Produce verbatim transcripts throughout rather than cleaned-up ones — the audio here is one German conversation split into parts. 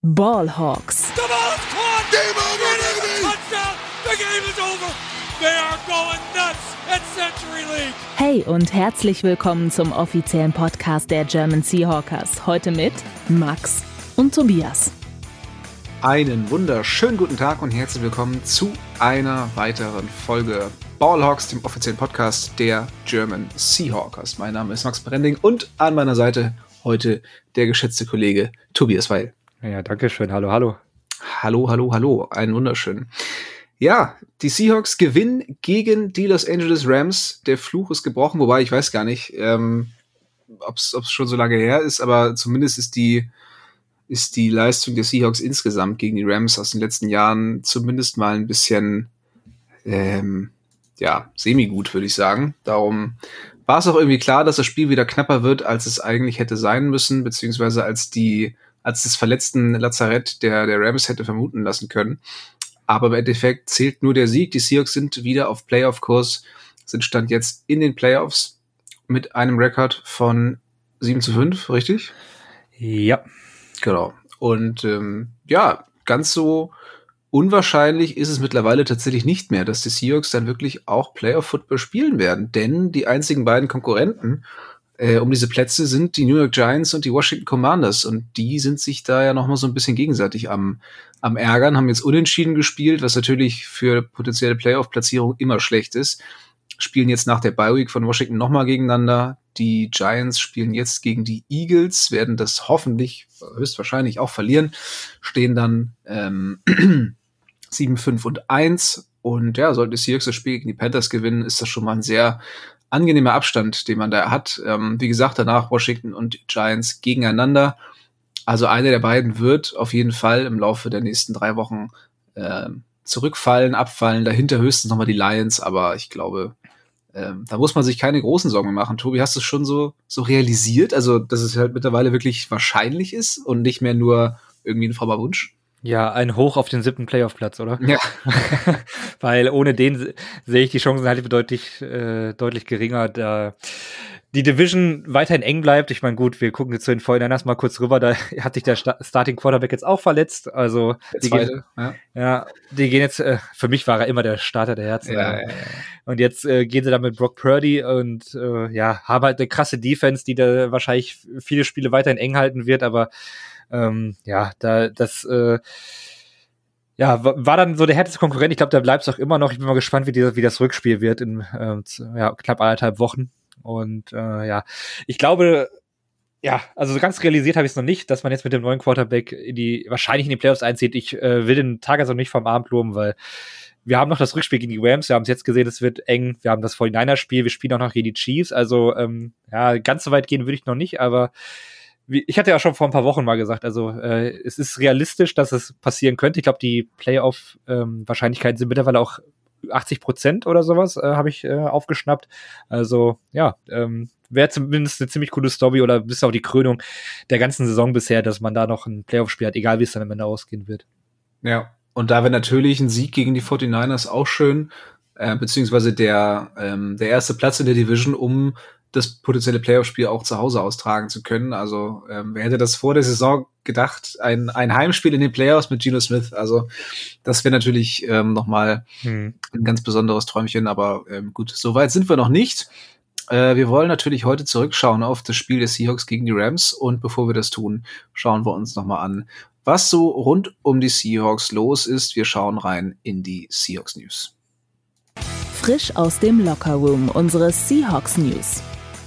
Ballhawks. The ball is caught. Game over, baby. Touchdown. The game is over. They are going nuts at Century League. Hey und herzlich willkommen zum offiziellen Podcast der German Seahawkers. Heute mit Max und Tobias. Einen wunderschönen guten Tag und herzlich willkommen zu einer weiteren Folge Ballhawks, dem offiziellen Podcast der German Seahawkers. Mein Name ist Max Brending und an meiner Seite heute der geschätzte Kollege Tobias Weil. Ja, danke schön. Hallo, hallo. Hallo, hallo, hallo. Einen wunderschönen. Ja, die Seahawks gewinnen gegen die Los Angeles Rams. Der Fluch ist gebrochen, wobei ich weiß gar nicht, ähm, ob es schon so lange her ist, aber zumindest ist die ist die Leistung der Seahawks insgesamt gegen die Rams aus den letzten Jahren zumindest mal ein bisschen ähm, ja, semi-gut, würde ich sagen. Darum war es auch irgendwie klar, dass das Spiel wieder knapper wird, als es eigentlich hätte sein müssen, beziehungsweise als die als das verletzten Lazarett der, der Rams hätte vermuten lassen können. Aber im Endeffekt zählt nur der Sieg. Die Seahawks sind wieder auf Playoff-Kurs, sind Stand jetzt in den Playoffs mit einem Rekord von sieben zu fünf, richtig? Ja. Genau. Und ähm, ja, ganz so unwahrscheinlich ist es mittlerweile tatsächlich nicht mehr, dass die Seahawks dann wirklich auch Playoff-Football spielen werden. Denn die einzigen beiden Konkurrenten äh, um diese Plätze sind die New York Giants und die Washington Commanders. Und die sind sich da ja noch mal so ein bisschen gegenseitig am, am Ärgern, haben jetzt unentschieden gespielt, was natürlich für potenzielle Playoff-Platzierung immer schlecht ist. Spielen jetzt nach der Bye-Week von Washington noch mal gegeneinander. Die Giants spielen jetzt gegen die Eagles, werden das hoffentlich, höchstwahrscheinlich auch verlieren, stehen dann ähm, sieben, fünf und eins. Und ja, sollten die Seahawks das Spiel gegen die Panthers gewinnen, ist das schon mal ein sehr angenehmer Abstand, den man da hat. Ähm, wie gesagt, danach Washington und Giants gegeneinander. Also einer der beiden wird auf jeden Fall im Laufe der nächsten drei Wochen äh, zurückfallen, abfallen. Dahinter höchstens nochmal die Lions, aber ich glaube, ähm, da muss man sich keine großen Sorgen mehr machen. Tobi, hast du es schon so, so realisiert? Also, dass es halt mittlerweile wirklich wahrscheinlich ist und nicht mehr nur irgendwie ein frommer Wunsch? Ja, ein Hoch auf den siebten Playoff-Platz, oder? Ja. Weil ohne den se- sehe ich die Chancen halt deutlich, äh, deutlich geringer, da die Division weiterhin eng bleibt. Ich meine, gut, wir gucken jetzt zu den Forty-Niners mal kurz rüber, da hat sich der Sta- Starting Quarterback jetzt auch verletzt, also Der die zweite, gehen, ja. ja, die gehen jetzt, äh, für mich war er immer der Starter der Herzen. Ja, ja, ja. Und jetzt äh, gehen sie dann mit Brock Purdy und äh, ja, haben halt eine krasse Defense, die da wahrscheinlich viele Spiele weiterhin eng halten wird, aber ähm, ja, da das äh, ja, wa- war dann so der härteste Konkurrent. Ich glaube, da bleibt es auch immer noch. Ich bin mal gespannt, wie, die, wie das Rückspiel wird in ähm, z- ja, knapp anderthalb Wochen. Und äh, ja, ich glaube, ja, also so ganz realisiert habe ich es noch nicht, dass man jetzt mit dem neuen Quarterback in die wahrscheinlich in die Playoffs einzieht. Ich äh, will den Tag also nicht vom Abend loben, weil wir haben noch das Rückspiel gegen die Rams. Wir haben es jetzt gesehen, es wird eng. Wir haben das Forty-Niners-Spiel. Wir spielen auch noch gegen die Chiefs. Also ähm, ja, ganz so weit gehen würde ich noch nicht, aber wie, ich hatte ja schon vor ein paar Wochen mal gesagt, also äh, es ist realistisch, dass es passieren könnte. Ich glaube, die Playoff-Wahrscheinlichkeiten sind mittlerweile auch achtzig Prozent oder sowas, äh, habe ich äh, aufgeschnappt. Also ja, ähm, wäre zumindest eine ziemlich coole Story oder bis auch die Krönung der ganzen Saison bisher, dass man da noch ein Playoff-Spiel hat, egal wie es dann am Ende ausgehen wird. Ja, und da wäre natürlich ein Sieg gegen die Forty-Niners auch schön, äh, beziehungsweise der, ähm, der erste Platz in der Division, um das potenzielle Playoff-Spiel auch zu Hause austragen zu können. Also ähm, wer hätte das vor der Saison gedacht, ein, ein Heimspiel in den Playoffs mit Geno Smith, also das wäre natürlich ähm, nochmal Hm. ein ganz besonderes Träumchen, aber ähm, gut, so weit sind wir noch nicht. Äh, wir wollen natürlich heute zurückschauen auf das Spiel der Seahawks gegen die Rams und bevor wir das tun, schauen wir uns nochmal an, was so rund um die Seahawks los ist. Wir schauen rein in die Seahawks News. Frisch aus dem Lockerroom, unsere Seahawks News.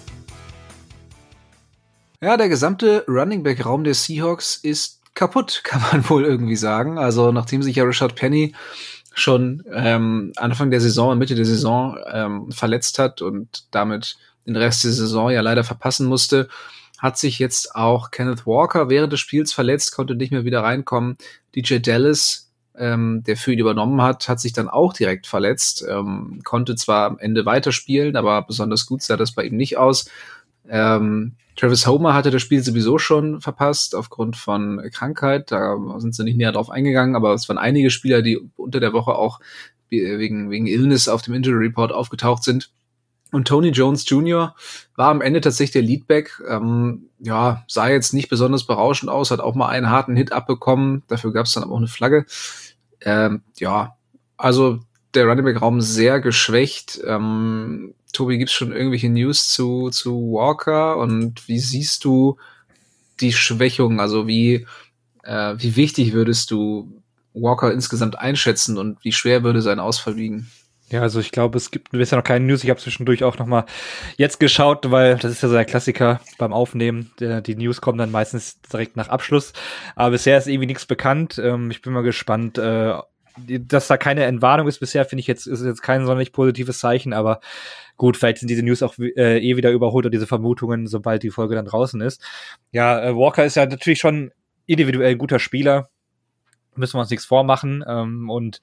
Ja, der gesamte Running Back Raum der Seahawks ist kaputt, kann man wohl irgendwie sagen. Also nachdem sich ja Rashad Penny schon ähm, Anfang der Saison und Mitte der Saison ähm, verletzt hat und damit den Rest der Saison ja leider verpassen musste, hat sich jetzt auch Kenneth Walker während des Spiels verletzt, konnte nicht mehr wieder reinkommen. D J Dallas, ähm, der für ihn übernommen hat, hat sich dann auch direkt verletzt, ähm, konnte zwar am Ende weiterspielen, aber besonders gut sah das bei ihm nicht aus. Ähm, Travis Homer hatte das Spiel sowieso schon verpasst aufgrund von Krankheit. Da sind sie nicht näher drauf eingegangen, aber es waren einige Spieler, die unter der Woche auch wegen, wegen Illness auf dem Injury Report aufgetaucht sind. Und Tony Jones Junior war am Ende tatsächlich der Leadback. Ähm, ja, sah jetzt nicht besonders berauschend aus, hat auch mal einen harten Hit abbekommen. Dafür gab es dann aber auch eine Flagge. Ähm, ja, also der Running-Back-Raum sehr geschwächt. Ähm, Tobi, gibt's schon irgendwelche News zu, zu Walker? Und wie siehst du die Schwächung? Also wie, äh, wie wichtig würdest du Walker insgesamt einschätzen und wie schwer würde sein Ausfall wiegen? Ja, also ich glaube, es gibt bisher noch keine News. Ich habe zwischendurch auch noch mal jetzt geschaut, weil das ist ja so der Klassiker beim Aufnehmen. Der, die News kommen dann meistens direkt nach Abschluss. Aber bisher ist irgendwie nichts bekannt. Ähm, ich bin mal gespannt, äh, dass da keine Entwarnung ist. Bisher finde ich jetzt, ist jetzt kein sonderlich positives Zeichen, aber gut, vielleicht sind diese News auch äh, eh wieder überholt oder diese Vermutungen, sobald die Folge dann draußen ist. Ja, äh, Walker ist ja natürlich schon individuell ein guter Spieler. Müssen wir uns nichts vormachen. Ähm, und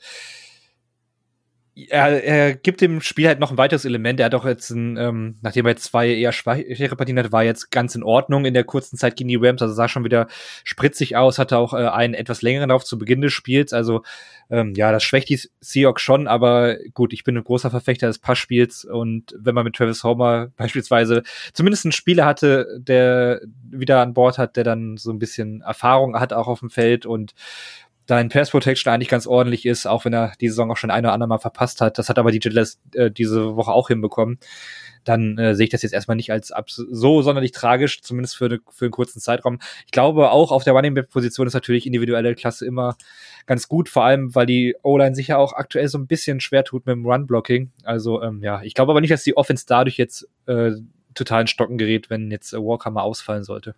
Er, er gibt dem Spiel halt noch ein weiteres Element. Er hat auch jetzt, ein, ähm, nachdem er jetzt zwei eher schwächere Partien hatte, war jetzt ganz in Ordnung in der kurzen Zeit gegen die Rams. Also sah schon wieder spritzig aus, hatte auch äh, einen etwas längeren Lauf zu Beginn des Spiels. Also ähm, ja, das schwächt die Seahawks schon, aber gut, ich bin ein großer Verfechter des Passspiels und wenn man mit Travis Homer beispielsweise zumindest einen Spieler hatte, der wieder an Bord hat, der dann so ein bisschen Erfahrung hat auch auf dem Feld und da in Pass Protection eigentlich ganz ordentlich ist, auch wenn er die Saison auch schon ein oder andere Mal verpasst hat. Das hat aber D J Dallas äh, diese Woche auch hinbekommen. Dann äh, sehe ich das jetzt erstmal nicht als abs- so sonderlich tragisch, zumindest für, ne, für einen kurzen Zeitraum. Ich glaube, auch auf der Running Back Position ist natürlich individuelle Klasse immer ganz gut, vor allem, weil die O-Line sich ja auch aktuell so ein bisschen schwer tut mit dem Run-Blocking. Also ähm, ja, ich glaube aber nicht, dass die Offense dadurch jetzt äh, total in Stocken gerät, wenn jetzt äh, Walker mal ausfallen sollte.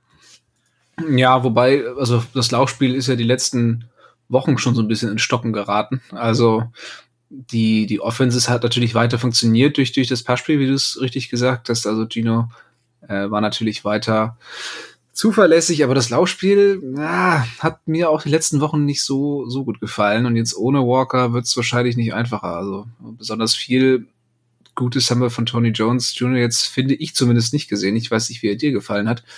Ja, wobei, also das Laufspiel ist ja die letzten Wochen schon so ein bisschen in Stocken geraten. Also die die Offenses hat natürlich weiter funktioniert durch durch das Passspiel, wie du es richtig gesagt hast. Also Gino äh, war natürlich weiter zuverlässig, aber das Laufspiel ja, hat mir auch die letzten Wochen nicht so so gut gefallen. Und jetzt ohne Walker wird es wahrscheinlich nicht einfacher. Also besonders viel Gutes haben wir von Tony Jones Junior jetzt, finde ich, zumindest nicht gesehen. Ich weiß nicht, wie er dir gefallen hat,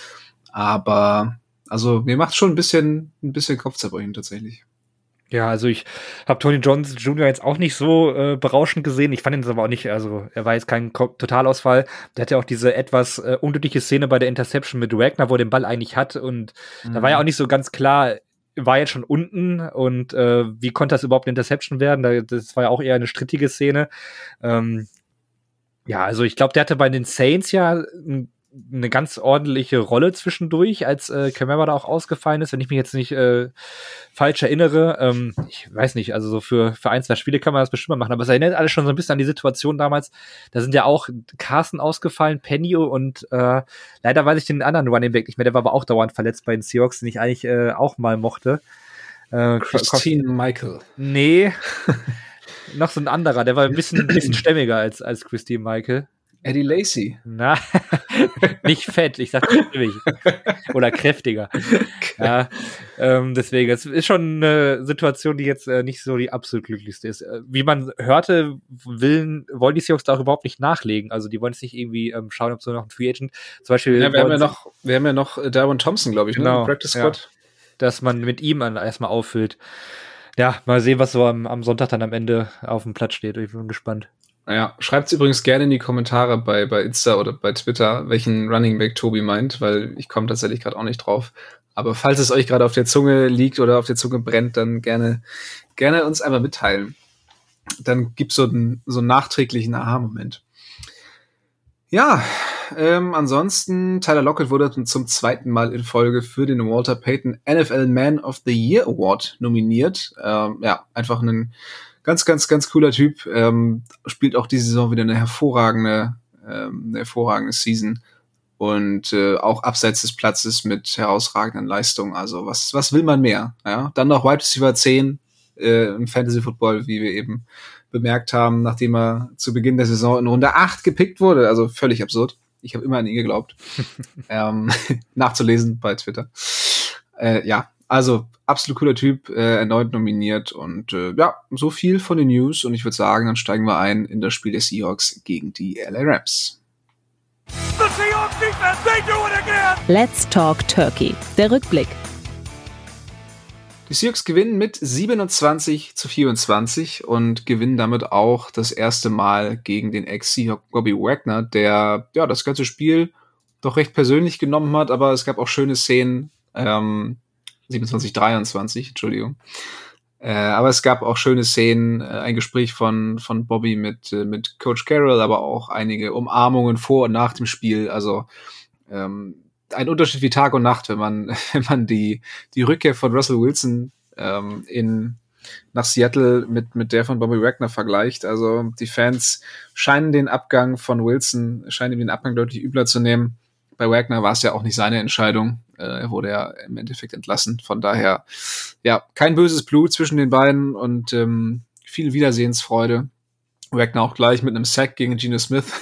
aber also mir macht schon ein bisschen ein bisschen Kopfzerbrechen tatsächlich. Ja, also ich habe Tony Jones Junior jetzt auch nicht so äh, berauschend gesehen. Ich fand ihn aber auch nicht, also er war jetzt kein Ko- Totalausfall. Der hatte auch diese etwas äh, unglückliche Szene bei der Interception mit Wagner, wo er den Ball eigentlich hat. Und mhm. da war ja auch nicht so ganz klar, war jetzt schon unten und äh, wie konnte das überhaupt eine Interception werden? Da, das war ja auch eher eine strittige Szene. Ähm, ja, also ich glaube, der hatte bei den Saints ja ein eine ganz ordentliche Rolle zwischendurch, als äh, Kamara da auch ausgefallen ist, wenn ich mich jetzt nicht äh, falsch erinnere. Ähm, ich weiß nicht, also so für, für ein, zwei Spiele kann man das bestimmt mal machen, aber es erinnert alles schon so ein bisschen an die Situation damals. Da sind ja auch Carson ausgefallen, Penny und äh, leider weiß ich den anderen Running Back nicht mehr, der war aber auch dauernd verletzt bei den Seahawks, den ich eigentlich äh, auch mal mochte. Äh, Christine Kost- Michael. Nee, noch so ein anderer, der war ein bisschen, ein bisschen stämmiger als, als Christine Michael. Eddie Lacy. Na, nicht fett, ich sag kräftig. Oder kräftiger. Okay. Ja, ähm, deswegen, es ist schon eine Situation, die jetzt äh, nicht so die absolut glücklichste ist. Äh, wie man hörte, willen, wollen die Seahawks da auch überhaupt nicht nachlegen. Also die wollen es nicht irgendwie ähm, schauen, ob so noch ein Free Agent, zum Beispiel. Ja, wir haben ja noch, wir haben ja noch äh, Darwin Thompson, glaube ich, genau, ne? Practice Squad. Ja, dass man mit ihm an, erstmal auffüllt. Ja, mal sehen, was so am, am Sonntag dann am Ende auf dem Platz steht. Ich bin gespannt. Ja, schreibt's übrigens gerne in die Kommentare bei bei Insta oder bei Twitter, welchen Running Back Tobi meint, weil ich komme tatsächlich gerade auch nicht drauf. Aber falls es euch gerade auf der Zunge liegt oder auf der Zunge brennt, dann gerne gerne uns einmal mitteilen. Dann gibt's so einen so einen nachträglichen Aha-Moment. Ja, ähm, ansonsten Tyler Lockett wurde zum zweiten Mal in Folge für den Walter Payton N F L Man of the Year Award nominiert. Ähm, ja, einfach ein Ganz, ganz, ganz cooler Typ. Ähm, spielt auch diese Saison wieder eine hervorragende, ähm, eine hervorragende Season. Und äh, auch abseits des Platzes mit herausragenden Leistungen. Also was, was will man mehr? Ja? Dann noch Wide Receiver zehn äh, im Fantasy Football, wie wir eben bemerkt haben, nachdem er zu Beginn der Saison in Runde acht gepickt wurde. Also völlig absurd. Ich habe immer an ihn geglaubt. ähm, nachzulesen bei Twitter. Äh, ja, also absolut cooler Typ, äh, erneut nominiert und äh, ja, so viel von den News und ich würde sagen, dann steigen wir ein in das Spiel der Seahawks gegen die L A Rams. Let's Talk Turkey, der Rückblick. Die Seahawks gewinnen mit siebenundzwanzig zu vierundzwanzig und gewinnen damit auch das erste Mal gegen den Ex-Seahawk Bobby Wagner, der ja das ganze Spiel doch recht persönlich genommen hat, aber es gab auch schöne Szenen, ähm, siebenundzwanzig dreiundzwanzig, Entschuldigung. Äh, aber es gab auch schöne Szenen, äh, ein Gespräch von von Bobby mit äh, mit Coach Carroll, aber auch einige Umarmungen vor und nach dem Spiel. Also ähm, ein Unterschied wie Tag und Nacht, wenn man wenn man die die Rückkehr von Russell Wilson ähm, in nach Seattle mit mit der von Bobby Wagner vergleicht. Also die Fans scheinen den Abgang von Wilson, scheinen ihm den Abgang deutlich übler zu nehmen. Bei Wagner war es ja auch nicht seine Entscheidung. Äh, er wurde ja im Endeffekt entlassen. Von daher, ja, kein böses Blut zwischen den beiden und ähm, viel Wiedersehensfreude. Wagner auch gleich mit einem Sack gegen Geno Smith.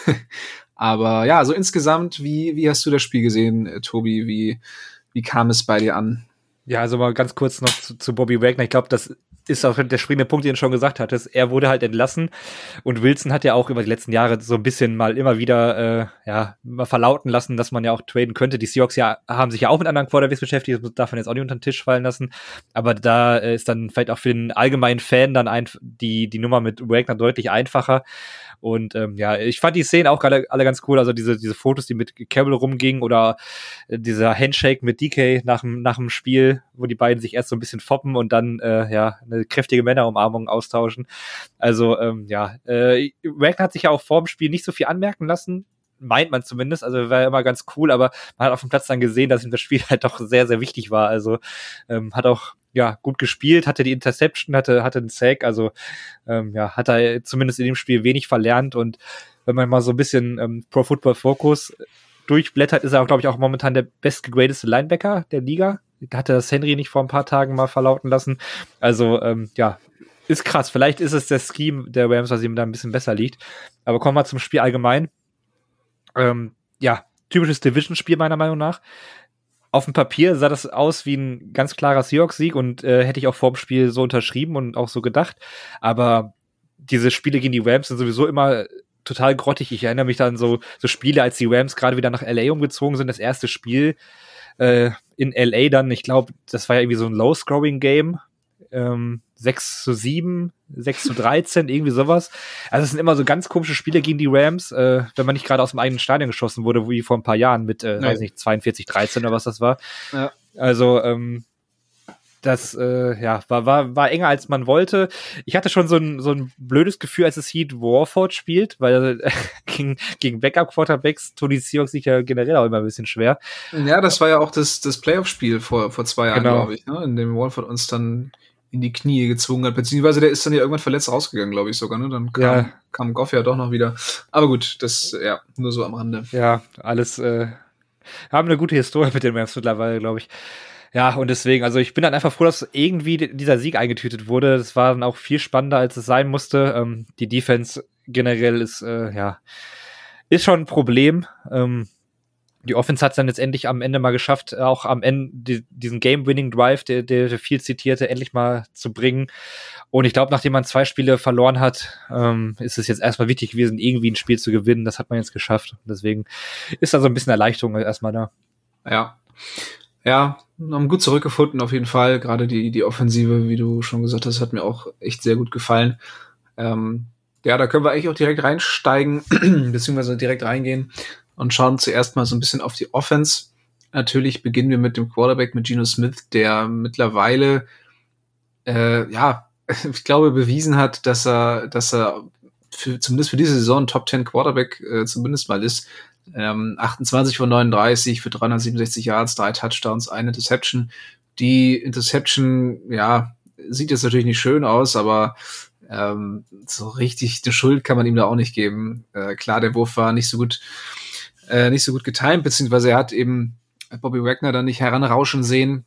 Aber ja, so insgesamt, wie, wie hast du das Spiel gesehen, äh, Tobi? Wie, wie kam es bei dir an? Ja, also mal ganz kurz noch zu, zu Bobby Wagner. Ich glaube, das ist auch der springende Punkt, den du schon gesagt hattest. Er wurde halt entlassen und Wilson hat ja auch über die letzten Jahre so ein bisschen mal immer wieder äh, ja mal verlauten lassen, dass man ja auch traden könnte. Die Seahawks ja haben sich ja auch mit anderen Quarterbacks beschäftigt, das darf man jetzt auch nicht unter den Tisch fallen lassen. Aber da äh, ist dann vielleicht auch für den allgemeinen Fan dann ein, die die Nummer mit Wagner deutlich einfacher. Und ähm, ja, ich fand die Szenen auch alle, alle ganz cool. Also diese diese Fotos, die mit Carroll rumgingen oder äh, dieser Handshake mit D K nach dem nach dem Spiel, wo die beiden sich erst so ein bisschen foppen und dann äh, ja eine kräftige Männerumarmung austauschen. Also ähm, ja, äh, Wagner hat sich ja auch vor dem Spiel nicht so viel anmerken lassen, meint man zumindest. Also war immer ganz cool, aber man hat auf dem Platz dann gesehen, dass ihm das Spiel halt doch sehr sehr wichtig war. Also ähm, hat auch ja gut gespielt, hatte die Interception, hatte hatte den Sack, also ähm, ja, hat er zumindest in dem Spiel wenig verlernt und wenn man mal so ein bisschen ähm, Pro Football Focus durchblättert, ist er auch, glaube ich, auch momentan der bestgegradete Linebacker der Liga. Da hatte das Henry nicht vor ein paar Tagen mal verlauten lassen. Also ähm, ja, ist krass. Vielleicht ist es der Scheme der Rams, was ihm da ein bisschen besser liegt. Aber kommen wir zum Spiel allgemein. Ähm, ja, typisches Division-Spiel meiner Meinung nach. Auf dem Papier sah das aus wie ein ganz klarer Seahawks-Sieg und äh, hätte ich auch vor dem Spiel so unterschrieben und auch so gedacht. Aber diese Spiele gegen die Rams sind sowieso immer total grottig. Ich erinnere mich dann so so Spiele, als die Rams gerade wieder nach L A umgezogen sind. Das erste Spiel äh, in L A dann, ich glaube, das war ja irgendwie so ein Low-Scoring-Game. Ähm, sechs zu sieben, sechs zu dreizehn, irgendwie sowas. Also es sind immer so ganz komische Spiele gegen die Rams, äh, wenn man nicht gerade aus dem eigenen Stadion geschossen wurde, wie vor ein paar Jahren mit, äh, weiß nicht, zweiundvierzig dreizehn oder was das war. Ja. Also, ähm, das äh, ja, war, war, war enger, als man wollte. Ich hatte schon so ein, so ein blödes Gefühl, als es hieß, Warford spielt, weil äh, gegen, gegen Backup-Quarterbacks tun die Seahawks sich ja generell auch immer ein bisschen schwer. Ja, das war ja auch das, das Playoff-Spiel vor, vor zwei Jahren, genau. glaube ich, ne? In dem Warford uns dann in die Knie gezwungen hat, beziehungsweise der ist dann ja irgendwann verletzt rausgegangen, glaube ich sogar, ne? Dann kam, ja. kam Goff ja doch noch wieder. Aber gut, das, ja, nur so am Rande. Ja, alles, äh, haben eine gute Historie mit den Rams mittlerweile, glaube ich. Ja, und deswegen, also ich bin dann einfach froh, dass irgendwie dieser Sieg eingetütet wurde. Das war dann auch viel spannender, als es sein musste. Ähm, die Defense generell ist, äh, ja, ist schon ein Problem. Ähm, Die Offense hat es dann letztendlich am Ende mal geschafft, auch am Ende die, diesen Game-Winning-Drive, der, der viel zitierte, endlich mal zu bringen. Und ich glaube, nachdem man zwei Spiele verloren hat, ähm, ist es jetzt erstmal wichtig gewesen, irgendwie ein Spiel zu gewinnen. Das hat man jetzt geschafft. Deswegen ist da so ein bisschen Erleichterung erstmal da. Ja, ja, haben gut zurückgefunden auf jeden Fall. Gerade die, die Offensive, wie du schon gesagt hast, hat mir auch echt sehr gut gefallen. Ähm, ja, da können wir eigentlich auch direkt reinsteigen, beziehungsweise direkt reingehen. Und schauen zuerst mal so ein bisschen auf die Offense. Natürlich beginnen wir mit dem Quarterback, mit Geno Smith, der mittlerweile, äh, ja, ich glaube, bewiesen hat, dass er, dass er für, zumindest für diese Saison ein Top zehn Quarterback äh, zumindest mal ist. Ähm, achtundzwanzig von neununddreißig für dreihundertsiebenundsechzig Yards, drei Touchdowns, eine Interception. Die Interception, ja, sieht jetzt natürlich nicht schön aus, aber ähm, so richtig eine Schuld kann man ihm da auch nicht geben. Äh, klar, der Wurf war nicht so gut Äh, nicht so gut getimt, beziehungsweise er hat eben Bobby Wagner dann nicht heranrauschen sehen,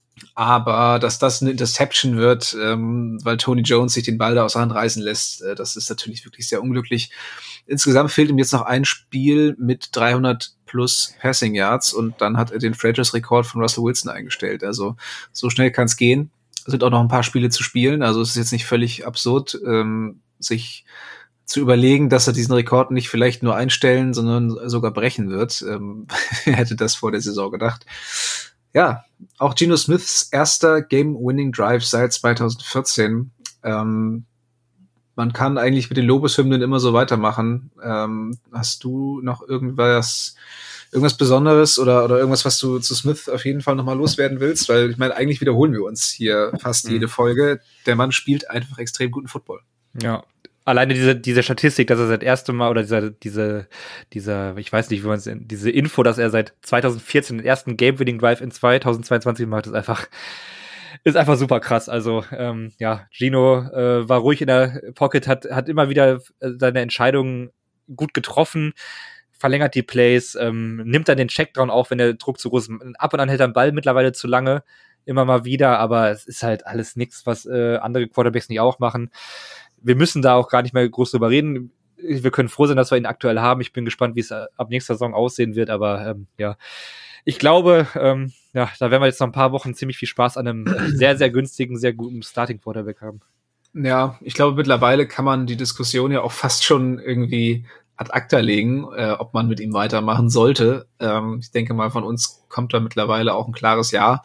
aber dass das eine Interception wird, ähm, weil Tony Jones sich den Ball da aus der Hand reißen lässt, äh, das ist natürlich wirklich sehr unglücklich. Insgesamt fehlt ihm jetzt noch ein Spiel mit dreihundert plus Passing Yards und dann hat er den Franchise-Rekord von Russell Wilson eingestellt, also so schnell kann es gehen. Es sind auch noch ein paar Spiele zu spielen, also es ist jetzt nicht völlig absurd, ähm, sich zu überlegen, dass er diesen Rekord nicht vielleicht nur einstellen, sondern sogar brechen wird. Ähm, wer hätte das vor der Saison gedacht? Ja, auch Geno Smiths erster Game-Winning-Drive seit zwanzig vierzehn. Ähm, man kann eigentlich mit den Lobeshymnen immer so weitermachen. Ähm, hast du noch irgendwas, irgendwas Besonderes oder, oder irgendwas, was du zu Smith auf jeden Fall nochmal loswerden willst? Weil ich meine, eigentlich wiederholen wir uns hier fast mhm. jede Folge. Der Mann spielt einfach extrem guten Football. Ja. Alleine diese, diese Statistik, dass er seit erstem Mal, oder dieser, diese, dieser, ich weiß nicht, wie man es, diese Info, dass er seit zwanzig vierzehn den ersten Game-Winning-Drive in zwanzig zweiundzwanzig macht, ist einfach, ist einfach super krass. Also, ähm, ja, Geno äh, war ruhig in der Pocket, hat, hat immer wieder seine Entscheidungen gut getroffen, verlängert die Plays, ähm, nimmt dann den Checkdown auf, wenn der Druck zu groß ist. Ab und an hält er den Ball mittlerweile zu lange, immer mal wieder, aber es ist halt alles nichts, was äh, andere Quarterbacks nicht auch machen. Wir müssen da auch gar nicht mehr groß drüber reden. Wir können froh sein, dass wir ihn aktuell haben. Ich bin gespannt, wie es ab nächster Saison aussehen wird. Aber ähm, ja, ich glaube, ähm, ja, da werden wir jetzt noch ein paar Wochen ziemlich viel Spaß an einem sehr, sehr günstigen, sehr guten Starting-Quarterback haben. Ja, ich glaube, mittlerweile kann man die Diskussion ja auch fast schon irgendwie ad acta legen, äh, ob man mit ihm weitermachen sollte. Ähm, ich denke mal, von uns kommt da mittlerweile auch ein klares Ja.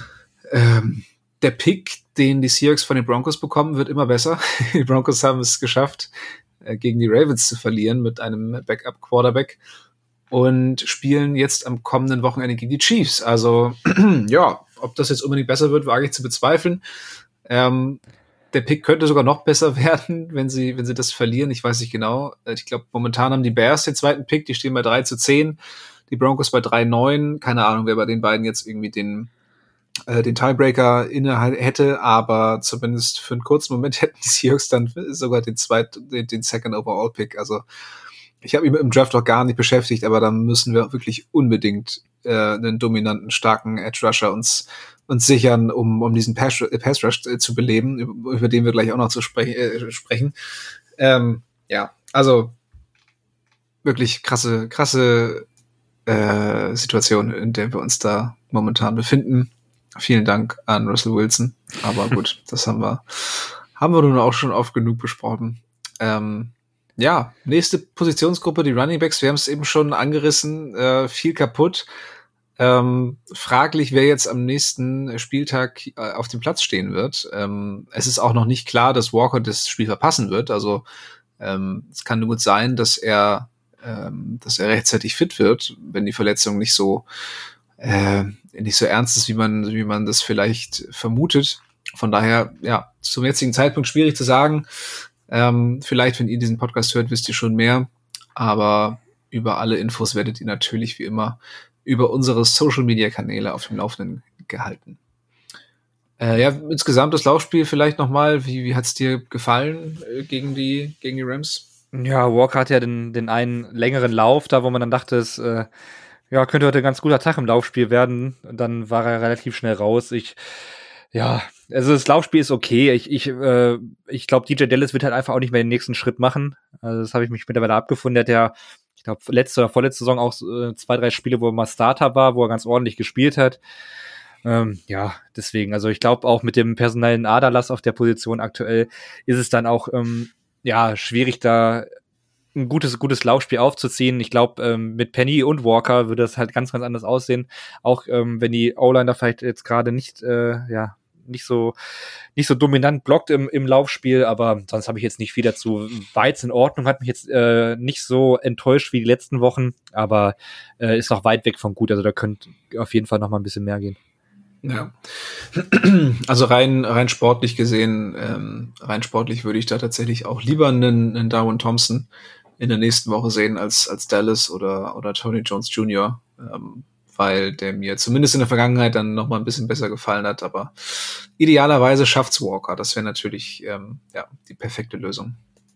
Ähm, der Pick, den die Seahawks von den Broncos bekommen, wird immer besser. Die Broncos haben es geschafft, äh, gegen die Ravens zu verlieren mit einem Backup-Quarterback und spielen jetzt am kommenden Wochenende gegen die Chiefs. Also, ja, ob das jetzt unbedingt besser wird, wage ich zu bezweifeln. Ähm, der Pick könnte sogar noch besser werden, wenn sie, wenn sie das verlieren. Ich weiß nicht genau. Ich glaube, momentan haben die Bears den zweiten Pick. Die stehen bei drei zu zehn. Die Broncos bei drei neun. Keine Ahnung, wer bei den beiden jetzt irgendwie den den Tiebreaker inne hätte, aber zumindest für einen kurzen Moment hätten die Seahawks dann sogar den zweiten, den, den Second Overall Pick. Also ich habe mich im Draft auch gar nicht beschäftigt, aber dann müssen wir wirklich unbedingt äh, einen dominanten, starken Edge Rusher uns uns sichern, um um diesen Pass, Pass Rush äh, zu beleben, über, über den wir gleich auch noch zu sprech, äh, sprechen. Ähm, ja, also wirklich krasse, krasse äh, Situation, in der wir uns da momentan befinden. Vielen Dank an Russell Wilson. Aber gut, das haben wir, haben wir nun auch schon oft genug besprochen. Ähm, ja, nächste Positionsgruppe, die Running Backs. Wir haben es eben schon angerissen, äh, viel kaputt. Ähm, fraglich, wer jetzt am nächsten Spieltag äh, auf dem Platz stehen wird. Ähm, es ist auch noch nicht klar, dass Walker das Spiel verpassen wird. Also ähm, es kann nur gut sein, dass er, ähm, dass er rechtzeitig fit wird, wenn die Verletzung nicht so Äh, nicht so ernst ist, wie man, wie man das vielleicht vermutet. Von daher, ja, zum jetzigen Zeitpunkt schwierig zu sagen. Ähm, vielleicht, wenn ihr diesen Podcast hört, wisst ihr schon mehr. Aber über alle Infos werdet ihr natürlich wie immer über unsere Social-Media-Kanäle auf dem Laufenden gehalten. Äh, ja, insgesamt das Laufspiel vielleicht nochmal. Wie, wie hat's dir gefallen äh, gegen die, gegen die Rams? Ja, Walker hat ja den, den einen längeren Lauf, da wo man dann dachte, es äh, ja, könnte heute ein ganz guter Tag im Laufspiel werden. Dann war er relativ schnell raus. Ich, ja, also das Laufspiel ist okay. Ich, ich, äh, ich glaube, D J Dallas wird halt einfach auch nicht mehr den nächsten Schritt machen. Also das habe ich mich mittlerweile abgefunden. Der hat ja, ich glaube, letzte oder vorletzte Saison auch äh, zwei, drei Spiele, wo er mal Starter war, wo er ganz ordentlich gespielt hat. Ähm, ja, deswegen. Also ich glaube, auch mit dem personellen Aderlass auf der Position aktuell ist es dann auch, ähm, ja, schwierig da ein gutes, gutes Laufspiel aufzuziehen. Ich glaube, ähm, mit Penny und Walker würde das halt ganz, ganz anders aussehen. Auch ähm, wenn die O-Line da vielleicht jetzt gerade nicht, äh, ja, nicht so, nicht so dominant blockt im, im Laufspiel, aber sonst habe ich jetzt nicht viel dazu. Weit in Ordnung, hat mich jetzt äh, nicht so enttäuscht wie die letzten Wochen, aber äh, ist noch weit weg von gut. Also da könnte auf jeden Fall noch mal ein bisschen mehr gehen. Ja, also rein rein sportlich gesehen, ähm, rein sportlich würde ich da tatsächlich auch lieber einen, einen Darwin Thompson in der nächsten Woche sehen als als Dallas oder oder Tony Jones Junior, ähm, weil der mir zumindest in der Vergangenheit dann noch mal ein bisschen besser gefallen hat. Aber idealerweise schafft's Walker. Das wäre natürlich ähm, ja die perfekte Lösung.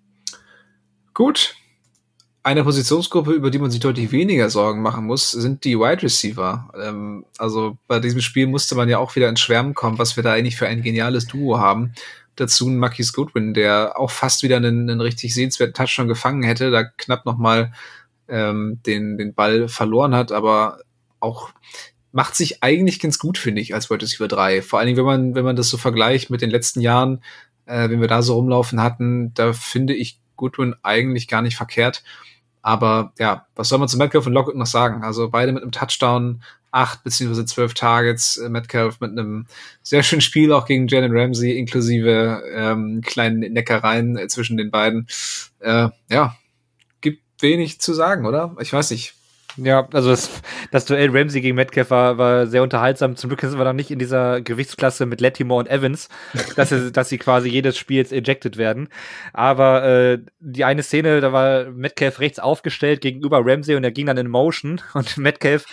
Gut. Eine Positionsgruppe, über die man sich deutlich weniger Sorgen machen muss, sind die Wide Receiver. Ähm, also bei diesem Spiel musste man ja auch wieder ins Schwärmen kommen, was wir da eigentlich für ein geniales Duo haben. Dazu ein Marquise Goodwin, der auch fast wieder einen, einen richtig sehenswerten Touchdown gefangen hätte, da knapp nochmal ähm, den, den Ball verloren hat, aber auch macht sich eigentlich ganz gut, finde ich, als Wide Receiver drei. Vor allen Dingen, wenn man, wenn man das so vergleicht mit den letzten Jahren, äh, wenn wir da so rumlaufen hatten, da finde ich Goodwin eigentlich gar nicht verkehrt. Aber ja, was soll man zu Metcalf und Lockett noch sagen? Also beide mit einem Touchdown, acht beziehungsweise zwölf Targets. Äh, Metcalf mit einem sehr schönen Spiel auch gegen Jalen Ramsey, inklusive ähm, kleinen Neckereien äh, zwischen den beiden. Äh, ja, gibt wenig zu sagen, oder? Ich weiß nicht. Ja, also das, das Duell Ramsey gegen Metcalf war, war sehr unterhaltsam. Zum Glück sind wir noch nicht in dieser Gewichtsklasse mit Latimore und Evans, dass sie, dass sie quasi jedes Spiel jetzt ejected werden. Aber äh, die eine Szene, da war Metcalf rechts aufgestellt gegenüber Ramsey und er ging dann in Motion und Metcalf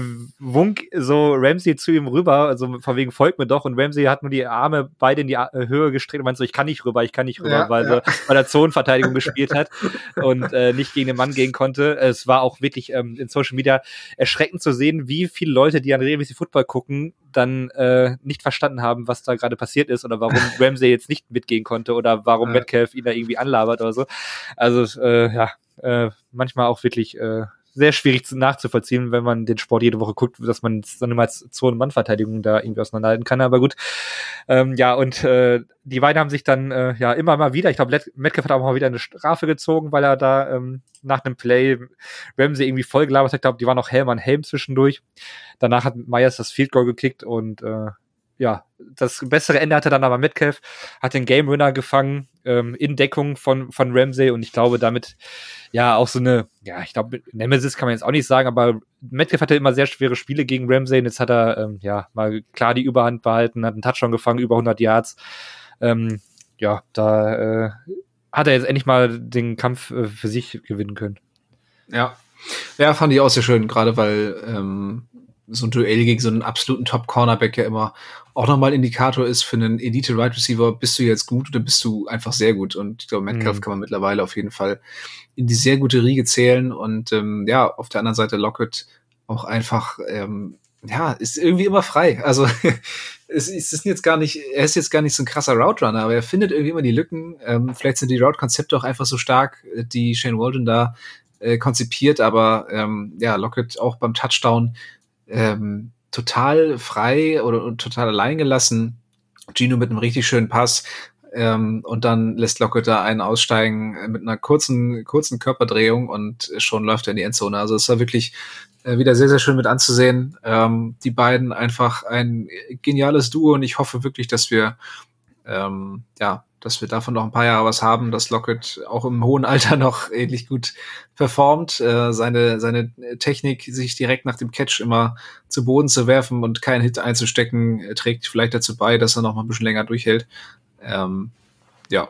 wunk so Ramsey zu ihm rüber, also von wegen folgt mir doch, und Ramsey hat nur die Arme beide in die Höhe gestreckt und meinte so, ich kann nicht rüber, ich kann nicht rüber, ja, weil, ja. So, weil er Zonenverteidigung gespielt hat und äh, nicht gegen den Mann gehen konnte. Es war auch wirklich ähm, in Social Media erschreckend zu sehen, wie viele Leute, die an regelmäßig Football gucken, dann äh, nicht verstanden haben, was da gerade passiert ist oder warum Ramsey jetzt nicht mitgehen konnte oder warum ja. Metcalf ihn da irgendwie anlabert oder so. Also äh, ja, äh, manchmal auch wirklich äh, sehr schwierig zu, nachzuvollziehen, wenn man den Sport jede Woche guckt, dass man dann immer als Zonen-Mann-Verteidigung da irgendwie auseinanderhalten kann, aber gut. Ähm, ja, und äh, die beiden haben sich dann äh, ja immer mal wieder, ich glaube, Metcalf hat auch mal wieder eine Strafe gezogen, weil er da ähm, nach einem Play Ramsey irgendwie voll gelabert hat. Ich glaube, die waren noch Helm an Helm zwischendurch. Danach hat Myers das Field Goal gekickt und äh, ja, das bessere Ende hatte dann aber Metcalf, hat den Game Winner gefangen, ähm, in Deckung von, von Ramsey, und ich glaube damit, ja, auch so eine, ja, ich glaube, Nemesis kann man jetzt auch nicht sagen, aber Metcalf hatte immer sehr schwere Spiele gegen Ramsey und jetzt hat er, ähm, ja, mal klar die Überhand behalten, hat einen Touchdown gefangen, über hundert Yards, ähm, ja, da äh, hat er jetzt endlich mal den Kampf äh, für sich gewinnen können. Ja, ja, fand ich auch sehr schön, gerade weil ähm, so ein Duell gegen so einen absoluten Top-Cornerback ja immer auch nochmal Indikator ist für einen Elite-Wide-Receiver, bist du jetzt gut oder bist du einfach sehr gut? Und ich glaube, Metcalf mhm. kann man mittlerweile auf jeden Fall in die sehr gute Riege zählen. Und ähm, ja, auf der anderen Seite Lockett auch einfach, ähm, ja, ist irgendwie immer frei. Also es ist jetzt gar nicht, er ist jetzt gar nicht so ein krasser Route-Runner, aber er findet irgendwie immer die Lücken. Ähm, vielleicht sind die Route-Konzepte auch einfach so stark, die Shane Waldron da äh, konzipiert, aber ähm, ja, Lockett auch beim Touchdown Ähm, total frei oder, oder total allein gelassen. Gino mit einem richtig schönen Pass ähm, und dann lässt Lockett da einen aussteigen mit einer kurzen kurzen Körperdrehung und schon läuft er in die Endzone. Also es war wirklich äh, wieder sehr, sehr schön mit anzusehen. Ähm, die beiden einfach ein geniales Duo und ich hoffe wirklich, dass wir ähm, ja, dass wir davon noch ein paar Jahre was haben, dass Lockett auch im hohen Alter noch ähnlich gut performt, äh, seine seine Technik, sich direkt nach dem Catch immer zu Boden zu werfen und keinen Hit einzustecken, äh, trägt vielleicht dazu bei, dass er noch mal ein bisschen länger durchhält. Ähm, ja,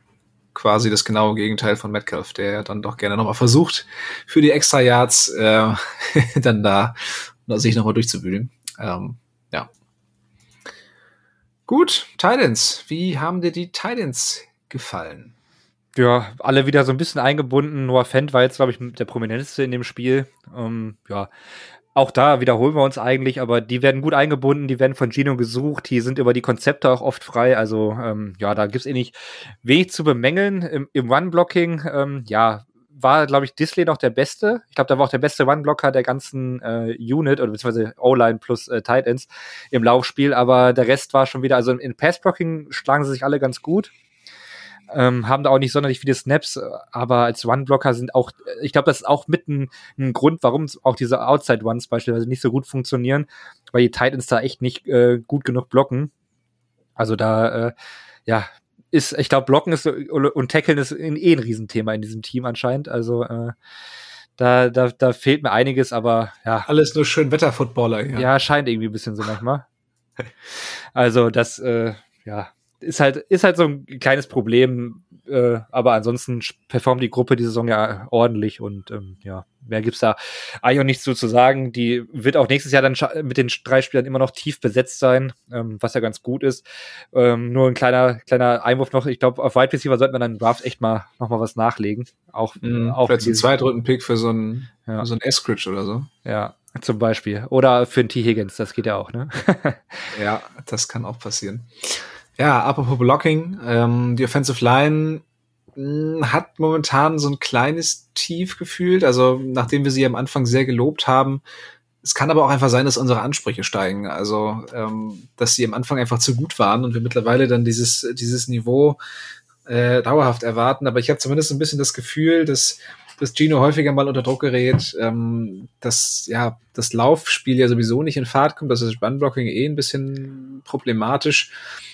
quasi das genaue Gegenteil von Metcalf, der dann doch gerne noch mal versucht, für die Extra Yards äh, dann da sich noch mal durchzubügeln. Ähm, ja. Gut, Titans. Wie haben dir die Titans gefallen? Ja, alle wieder so ein bisschen eingebunden. Noah Fant war jetzt, glaube ich, der Prominenteste in dem Spiel. Ähm, ja, auch da wiederholen wir uns eigentlich, aber die werden gut eingebunden, die werden von Gino gesucht, die sind über die Konzepte auch oft frei. Also ähm, ja, da gibt's eh nicht wenig zu bemängeln. Im, im Run-Blocking, ähm, ja, war, glaube ich, Disley noch der Beste. Ich glaube, da war auch der beste Run-Blocker der ganzen äh, Unit, oder beziehungsweise O-Line plus äh, Tight Ends im Laufspiel, aber der Rest war schon wieder, also in Pass-Blocking schlagen sie sich alle ganz gut, ähm, haben da auch nicht sonderlich viele Snaps, aber als Run-Blocker sind auch, ich glaube, das ist auch mit ein, ein Grund, warum auch diese Outside-Runs beispielsweise nicht so gut funktionieren, weil die Tight Ends da echt nicht äh, gut genug blocken. Also da, äh, ja, ist, ich glaube, Blocken ist und Tackeln ist eh ein Riesenthema in diesem Team anscheinend. Also äh, da, da, da fehlt mir einiges, aber ja. Alles nur schön Wetter-Footballer, ja. Ja, scheint irgendwie ein bisschen so manchmal. Also das, äh, ja, ist halt, ist halt so ein kleines Problem, äh, aber ansonsten performt die Gruppe die Saison ja ordentlich und ähm, ja, mehr gibt's da eigentlich auch nichts zu, zu sagen. Die wird auch nächstes Jahr dann mit den drei Spielern immer noch tief besetzt sein, ähm, was ja ganz gut ist. Ähm, nur ein kleiner kleiner Einwurf noch, ich glaube, auf Wide Receiver sollten wir dann im Draft echt mal noch mal was nachlegen. Auch, mhm, auch vielleicht ein Zweitrunden-Pick für so einen ja. so einen Eskridge oder so. Ja, zum Beispiel. Oder für einen T. Higgins, das geht ja auch, ne? Ja, das kann auch passieren. Ja, apropos Blocking, ähm, die Offensive Line mh, hat momentan so ein kleines Tief gefühlt, also nachdem wir sie am Anfang sehr gelobt haben. Es kann aber auch einfach sein, dass unsere Ansprüche steigen, also ähm, dass sie am Anfang einfach zu gut waren und wir mittlerweile dann dieses dieses Niveau äh, dauerhaft erwarten, aber ich habe zumindest ein bisschen das Gefühl, dass dass Gino häufiger mal unter Druck gerät, ähm, dass ja das Laufspiel ja sowieso nicht in Fahrt kommt, das ist Run-Blocking eh ein bisschen problematisch,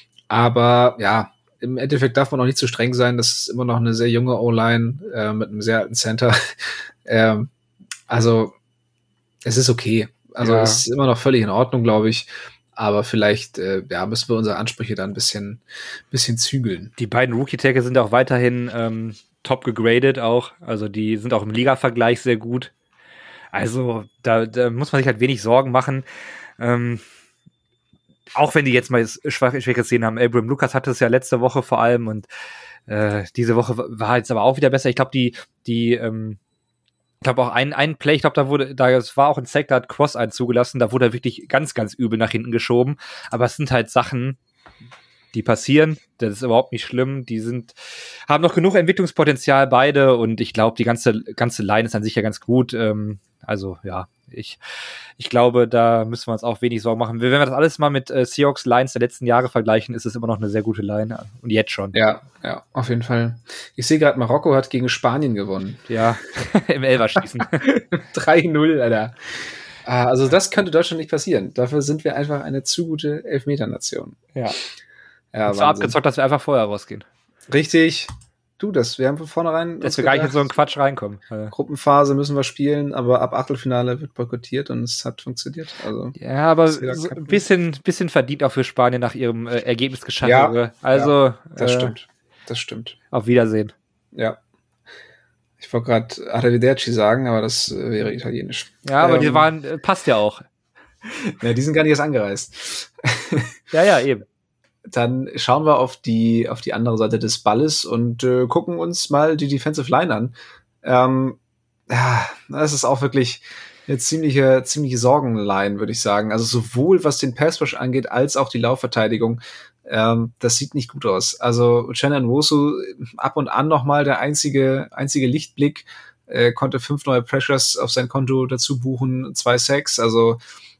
aber ja, im Endeffekt darf man auch nicht zu streng sein, das ist immer noch eine sehr junge O-Line äh, mit einem sehr alten Center, ähm, also es ist okay, also ja. Es ist immer noch völlig in Ordnung, glaube ich. Aber vielleicht äh, ja, müssen wir unsere Ansprüche da ein bisschen, bisschen zügeln. Die beiden Rookie-Tackle sind auch weiterhin ähm, top gegradet auch. Also die sind auch im Liga-Vergleich sehr gut. Also da, da muss man sich halt wenig Sorgen machen. Ähm, auch wenn die jetzt mal schwache Szenen haben. Abram Lucas hatte es ja letzte Woche vor allem und äh, diese Woche war jetzt aber auch wieder besser. Ich glaube, die, die ähm, Ich glaube auch ein, ein Play, ich glaube, da wurde, da es war auch ein Sack, da hat Cross einen zugelassen, da wurde er wirklich ganz, ganz übel nach hinten geschoben. Aber es sind halt Sachen, die passieren. Das ist überhaupt nicht schlimm. Die sind, haben noch genug Entwicklungspotenzial beide und ich glaube, die ganze, ganze Line ist an sich ja ganz gut. Ähm, also ja, ich, ich glaube, da müssen wir uns auch wenig Sorgen machen. Wenn wir das alles mal mit äh, Seahawks Lines der letzten Jahre vergleichen, ist es immer noch eine sehr gute Line. Und jetzt schon. Ja, ja, auf jeden Fall. Ich sehe gerade, Marokko hat gegen Spanien gewonnen. Ja, im Elferschießen. drei null, Alter. Also das könnte Deutschland nicht passieren. Dafür sind wir einfach eine zu gute Elfmeter-Nation. Ja. Ja, es war abgezockt, dass wir einfach vorher rausgehen. Richtig. Du, das, wir haben von vornherein... Dass wir gar nicht in so einen Quatsch reinkommen. Gruppenphase müssen wir spielen, aber ab Achtelfinale wird boykottiert und es hat funktioniert. Also, ja, aber so ein bisschen, bisschen verdient auch für Spanien nach ihrem äh, Ergebnis geschaffen. Ja, also, ja, das äh, stimmt. Das stimmt. Auf Wiedersehen. Ja. Ich wollte gerade Arrivederci sagen, aber das äh, wäre italienisch. Ja, aber ähm, die waren, äh, passt ja auch. Ja, die sind gar nicht erst angereist. Ja, ja, eben. Dann schauen wir auf die auf die andere Seite des Balles und äh, gucken uns mal die Defensive Line an. Ähm, ja, das ist auch wirklich eine ziemliche ziemliche Sorgenline, würde ich sagen. Also sowohl was den Pass Rush angeht, als auch die Laufverteidigung. Ähm, das sieht nicht gut aus. Also Uchenna Nwosu ab und an noch mal der einzige einzige Lichtblick, äh, konnte fünf neue Pressures auf sein Konto dazu buchen, zwei Sacks. Also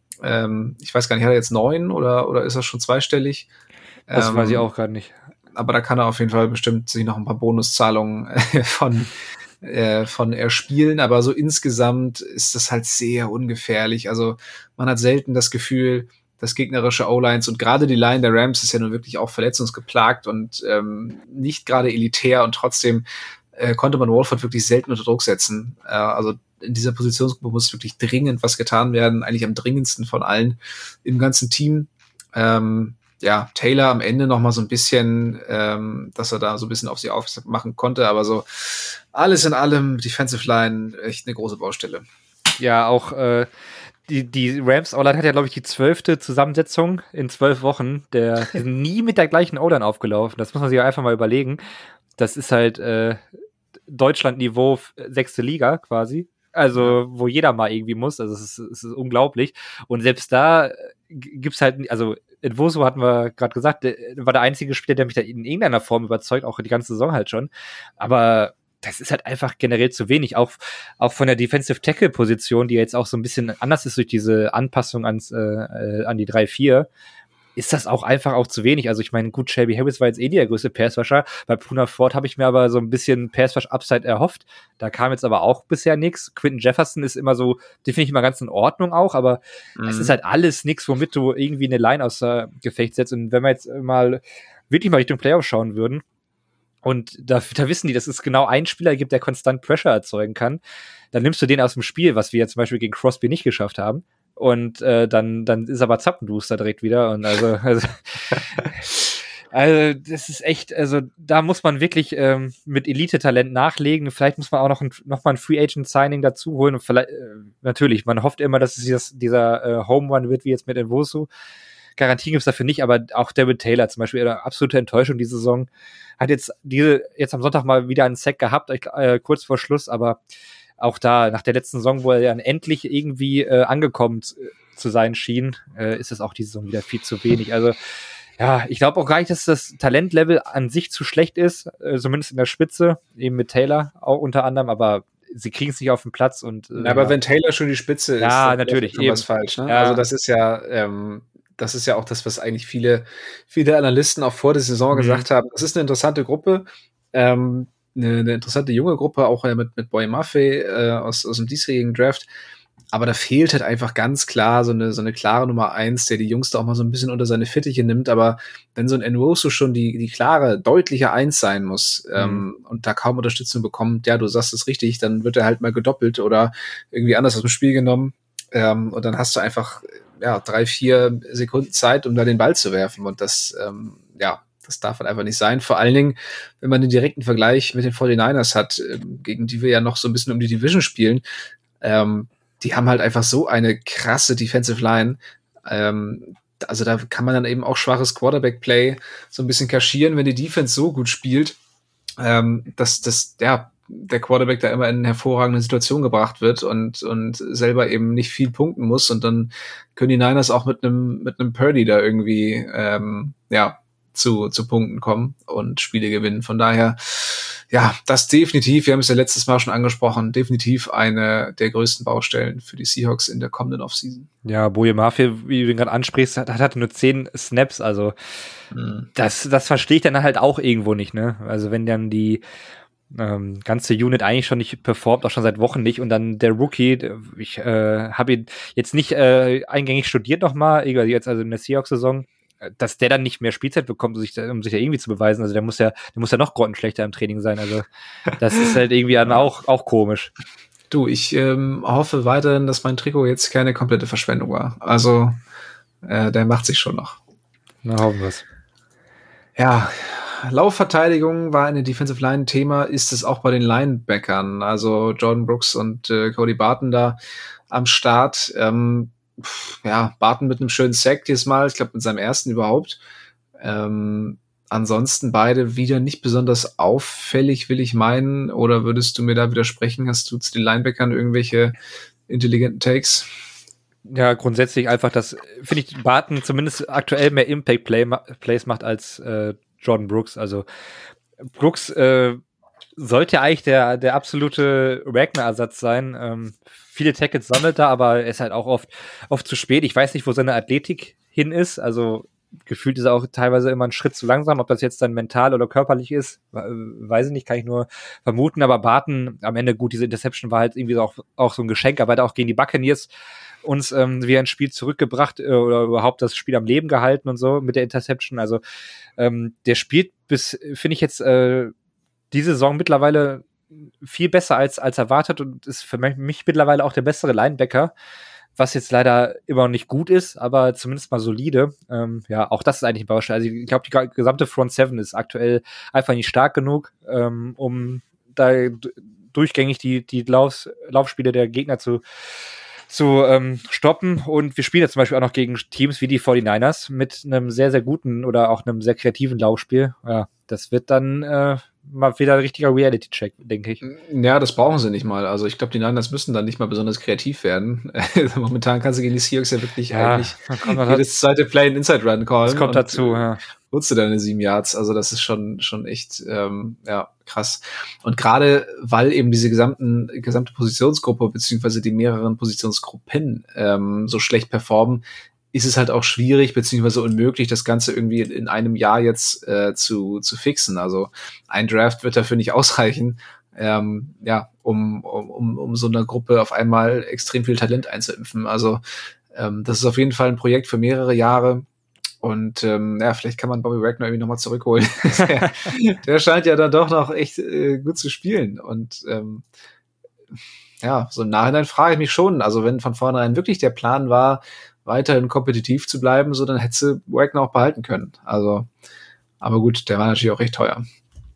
ähm, ich weiß gar nicht, hat er jetzt neun oder oder ist er schon zweistellig? Das ähm, weiß ich auch gerade nicht. Aber da kann er auf jeden Fall bestimmt sich noch ein paar Bonuszahlungen äh, von, äh, von erspielen. Aber so insgesamt ist das halt sehr ungefährlich. Also man hat selten das Gefühl, dass gegnerische O-Lines und gerade die Line der Rams ist ja nun wirklich auch verletzungsgeplagt und ähm, nicht gerade elitär und trotzdem äh, konnte man Wolford wirklich selten unter Druck setzen. Äh, also in dieser Positionsgruppe muss wirklich dringend was getan werden, eigentlich am dringendsten von allen im ganzen Team. Ähm, ja, Taylor am Ende noch mal so ein bisschen, ähm, dass er da so ein bisschen auf sie aufmachen konnte, aber so alles in allem Defensive Line echt eine große Baustelle. Ja, auch äh, die, die Rams O-Line hat ja, glaube ich, die zwölfte Zusammensetzung in zwölf Wochen. Der ist nie mit der gleichen O-Line aufgelaufen. Das muss man sich einfach mal überlegen. Das ist halt äh, Deutschland-Niveau sechste Liga quasi. Also, wo jeder mal irgendwie muss. Also, es ist, es ist unglaublich. Und selbst da gibt's halt, also, Nwosu hatten wir gerade gesagt, der war der einzige Spieler, der mich da in irgendeiner Form überzeugt, auch die ganze Saison halt schon. Aber das ist halt einfach generell zu wenig. Auch, auch von der Defensive Tackle-Position, die jetzt auch so ein bisschen anders ist durch diese Anpassung ans, äh, an die drei vier, ist das auch einfach auch zu wenig. Also ich meine, gut, Shelby Harris war jetzt eh der größte Passwasher. Bei Poona Ford habe ich mir aber so ein bisschen Passwash-Upside erhofft. Da kam jetzt aber auch bisher nichts. Quinton Jefferson ist immer so, den finde ich immer ganz in Ordnung auch, aber mhm. es ist halt alles nichts, womit du irgendwie eine Line außer Gefecht setzt. Und wenn wir jetzt mal wirklich mal Richtung Playoff schauen würden, und da, da wissen die, dass es genau einen Spieler gibt, der konstant Pressure erzeugen kann, dann nimmst du den aus dem Spiel, was wir jetzt zum Beispiel gegen Crosby nicht geschafft haben. Und äh, dann, dann ist aber Zappenduster direkt wieder. Und also, also, also das ist echt, also da muss man wirklich ähm, mit Elite-Talent nachlegen. Vielleicht muss man auch noch, ein, noch mal ein Free-Agent-Signing dazu holen. Und vielleicht, äh, natürlich, man hofft immer, dass es dieses, dieser äh, Home-Run wird, wie jetzt mit Nwosu. Garantien gibt's dafür nicht, aber auch David Taylor zum Beispiel, eine absolute Enttäuschung diese Saison. Hat jetzt diese jetzt am Sonntag mal wieder einen Sack gehabt, äh, kurz vor Schluss, aber auch da, nach der letzten Saison, wo er dann endlich irgendwie äh, angekommen zu, zu sein schien, äh, ist es auch diese Saison wieder viel zu wenig. Also, ja, ich glaube auch gar nicht, dass das Talentlevel an sich zu schlecht ist, äh, zumindest in der Spitze, eben mit Taylor auch unter anderem, aber sie kriegen es nicht auf den Platz. Und äh, ja, aber wenn Taylor schon die Spitze ist, ja, dann natürlich, ist was falsch. Ne? Ja. Also das ist ja, ähm, das ist ja auch das, was eigentlich viele, viele Analysten auch vor der Saison mhm. gesagt haben. Das ist eine interessante Gruppe. Ähm, eine, eine interessante junge Gruppe, auch ja mit, mit Boye Mafe äh, aus, aus dem diesjährigen Draft. Aber da fehlt halt einfach ganz klar so eine, so eine klare Nummer eins, der die Jungs da auch mal so ein bisschen unter seine Fittiche nimmt. Aber wenn so ein Nwosu schon die, die klare, deutliche Eins sein muss, mhm. ähm, und da kaum Unterstützung bekommt, ja, du sagst es richtig, dann wird er halt mal gedoppelt oder irgendwie anders aus dem Spiel genommen. Ähm, und dann hast du einfach, ja, drei, vier Sekunden Zeit, um da den Ball zu werfen. Und das, ähm, ja, das darf halt einfach nicht sein. Vor allen Dingen, wenn man den direkten Vergleich mit den forty-niners hat, ähm, gegen die wir ja noch so ein bisschen um die Division spielen, ähm, die haben halt einfach so eine krasse Defensive Line. Ähm, also da kann man dann eben auch schwaches Quarterback-Play so ein bisschen kaschieren, wenn die Defense so gut spielt, ähm, dass das, ja, der Quarterback da immer in eine hervorragende Situation gebracht wird und, und selber eben nicht viel punkten muss. Und dann können die Niners auch mit einem, mit einem Purdy da irgendwie, ähm, ja, zu, zu Punkten kommen und Spiele gewinnen. Von daher, ja, das definitiv, wir haben es ja letztes Mal schon angesprochen, definitiv eine der größten Baustellen für die Seahawks in der kommenden Offseason. Ja, Boye Mafe, wie du ihn gerade ansprichst, hat, hat nur zehn Snaps, also mhm. das, das verstehe ich dann halt auch irgendwo nicht, ne? Also wenn dann die ähm, ganze Unit eigentlich schon nicht performt, auch schon seit Wochen nicht, und dann der Rookie, ich äh, habe ihn jetzt nicht äh, eingängig studiert nochmal, jetzt also in der Seahawks-Saison, dass der dann nicht mehr Spielzeit bekommt, um sich, um sich ja irgendwie zu beweisen. Also der muss ja, der muss ja noch grottenschlechter im Training sein. Also das ist halt irgendwie dann auch, auch komisch. Du, ich ähm, hoffe weiterhin, dass mein Trikot jetzt keine komplette Verschwendung war. Also äh, der macht sich schon noch. Na, hoffen wir's. Ja, Laufverteidigung war eine Defensive Line ein Thema, ist es auch bei den Linebackern. Also Jordan Brooks und äh, Cody Barton da am Start. Ähm, ja, Barton mit einem schönen Sack dieses Mal, ich glaube mit seinem ersten überhaupt. Ähm, ansonsten beide wieder nicht besonders auffällig, will ich meinen. Oder würdest du mir da widersprechen? Hast du zu den Linebackern irgendwelche intelligenten Takes? Ja, grundsätzlich einfach, dass, finde ich, Barton zumindest aktuell mehr Impact-Plays macht als äh, Jordan Brooks. Also Brooks äh, sollte ja eigentlich der, der absolute Wagner-Ersatz sein. Ähm, viele Tackles sammelt er, aber er ist halt auch oft, oft zu spät. Ich weiß nicht, wo seine Athletik hin ist. Also gefühlt ist er auch teilweise immer einen Schritt zu langsam. Ob das jetzt dann mental oder körperlich ist, weiß ich nicht, kann ich nur vermuten. Aber Barton, am Ende gut, diese Interception war halt irgendwie auch, auch so ein Geschenk, aber hat auch gegen die Buccaneers uns ähm, wieder ein Spiel zurückgebracht äh, oder überhaupt das Spiel am Leben gehalten und so mit der Interception. Also ähm, der spielt bis, finde ich jetzt, äh, diese Saison mittlerweile viel besser als, als erwartet und ist für mich mittlerweile auch der bessere Linebacker, was jetzt leider immer noch nicht gut ist, aber zumindest mal solide. Ähm, ja, auch das ist eigentlich ein Baustelle. Also ich glaube, die gesamte Front Seven ist aktuell einfach nicht stark genug, ähm, um da d- durchgängig die, die Lauf, Laufspiele der Gegner zu zu ähm, stoppen, und wir spielen jetzt zum Beispiel auch noch gegen Teams wie die forty-niners mit einem sehr, sehr guten oder auch einem sehr kreativen Laufspiel. Ja, das wird dann äh, mal wieder ein richtiger Reality-Check, denke ich. Ja, das brauchen sie nicht mal. Also ich glaube, die Niners müssen dann nicht mal besonders kreativ werden. Momentan kannst du gegen die Seahawks ja wirklich ja, eigentlich jedes zweite Play einen Inside-Run callen. Das kommt dazu, ja. Nutzt du deine sieben Yards. Also das ist schon schon echt ähm, ja krass. Und gerade weil eben diese gesamten gesamte Positionsgruppe beziehungsweise die mehreren Positionsgruppen ähm, so schlecht performen, ist es halt auch schwierig beziehungsweise unmöglich, das Ganze irgendwie in einem Jahr jetzt äh, zu zu fixen. Also ein Draft wird dafür nicht ausreichen, ähm, ja, um, um um so einer Gruppe auf einmal extrem viel Talent einzuimpfen. Also ähm, das ist auf jeden Fall ein Projekt für mehrere Jahre. Und ähm, ja, vielleicht kann man Bobby Wagner irgendwie nochmal zurückholen. der, der scheint ja dann doch noch echt äh, gut zu spielen. Und ähm, ja, so im Nachhinein frage ich mich schon, also wenn von vornherein wirklich der Plan war, weiterhin kompetitiv zu bleiben, so dann hätte Wagner auch behalten können. Also, aber gut, der war natürlich auch recht teuer.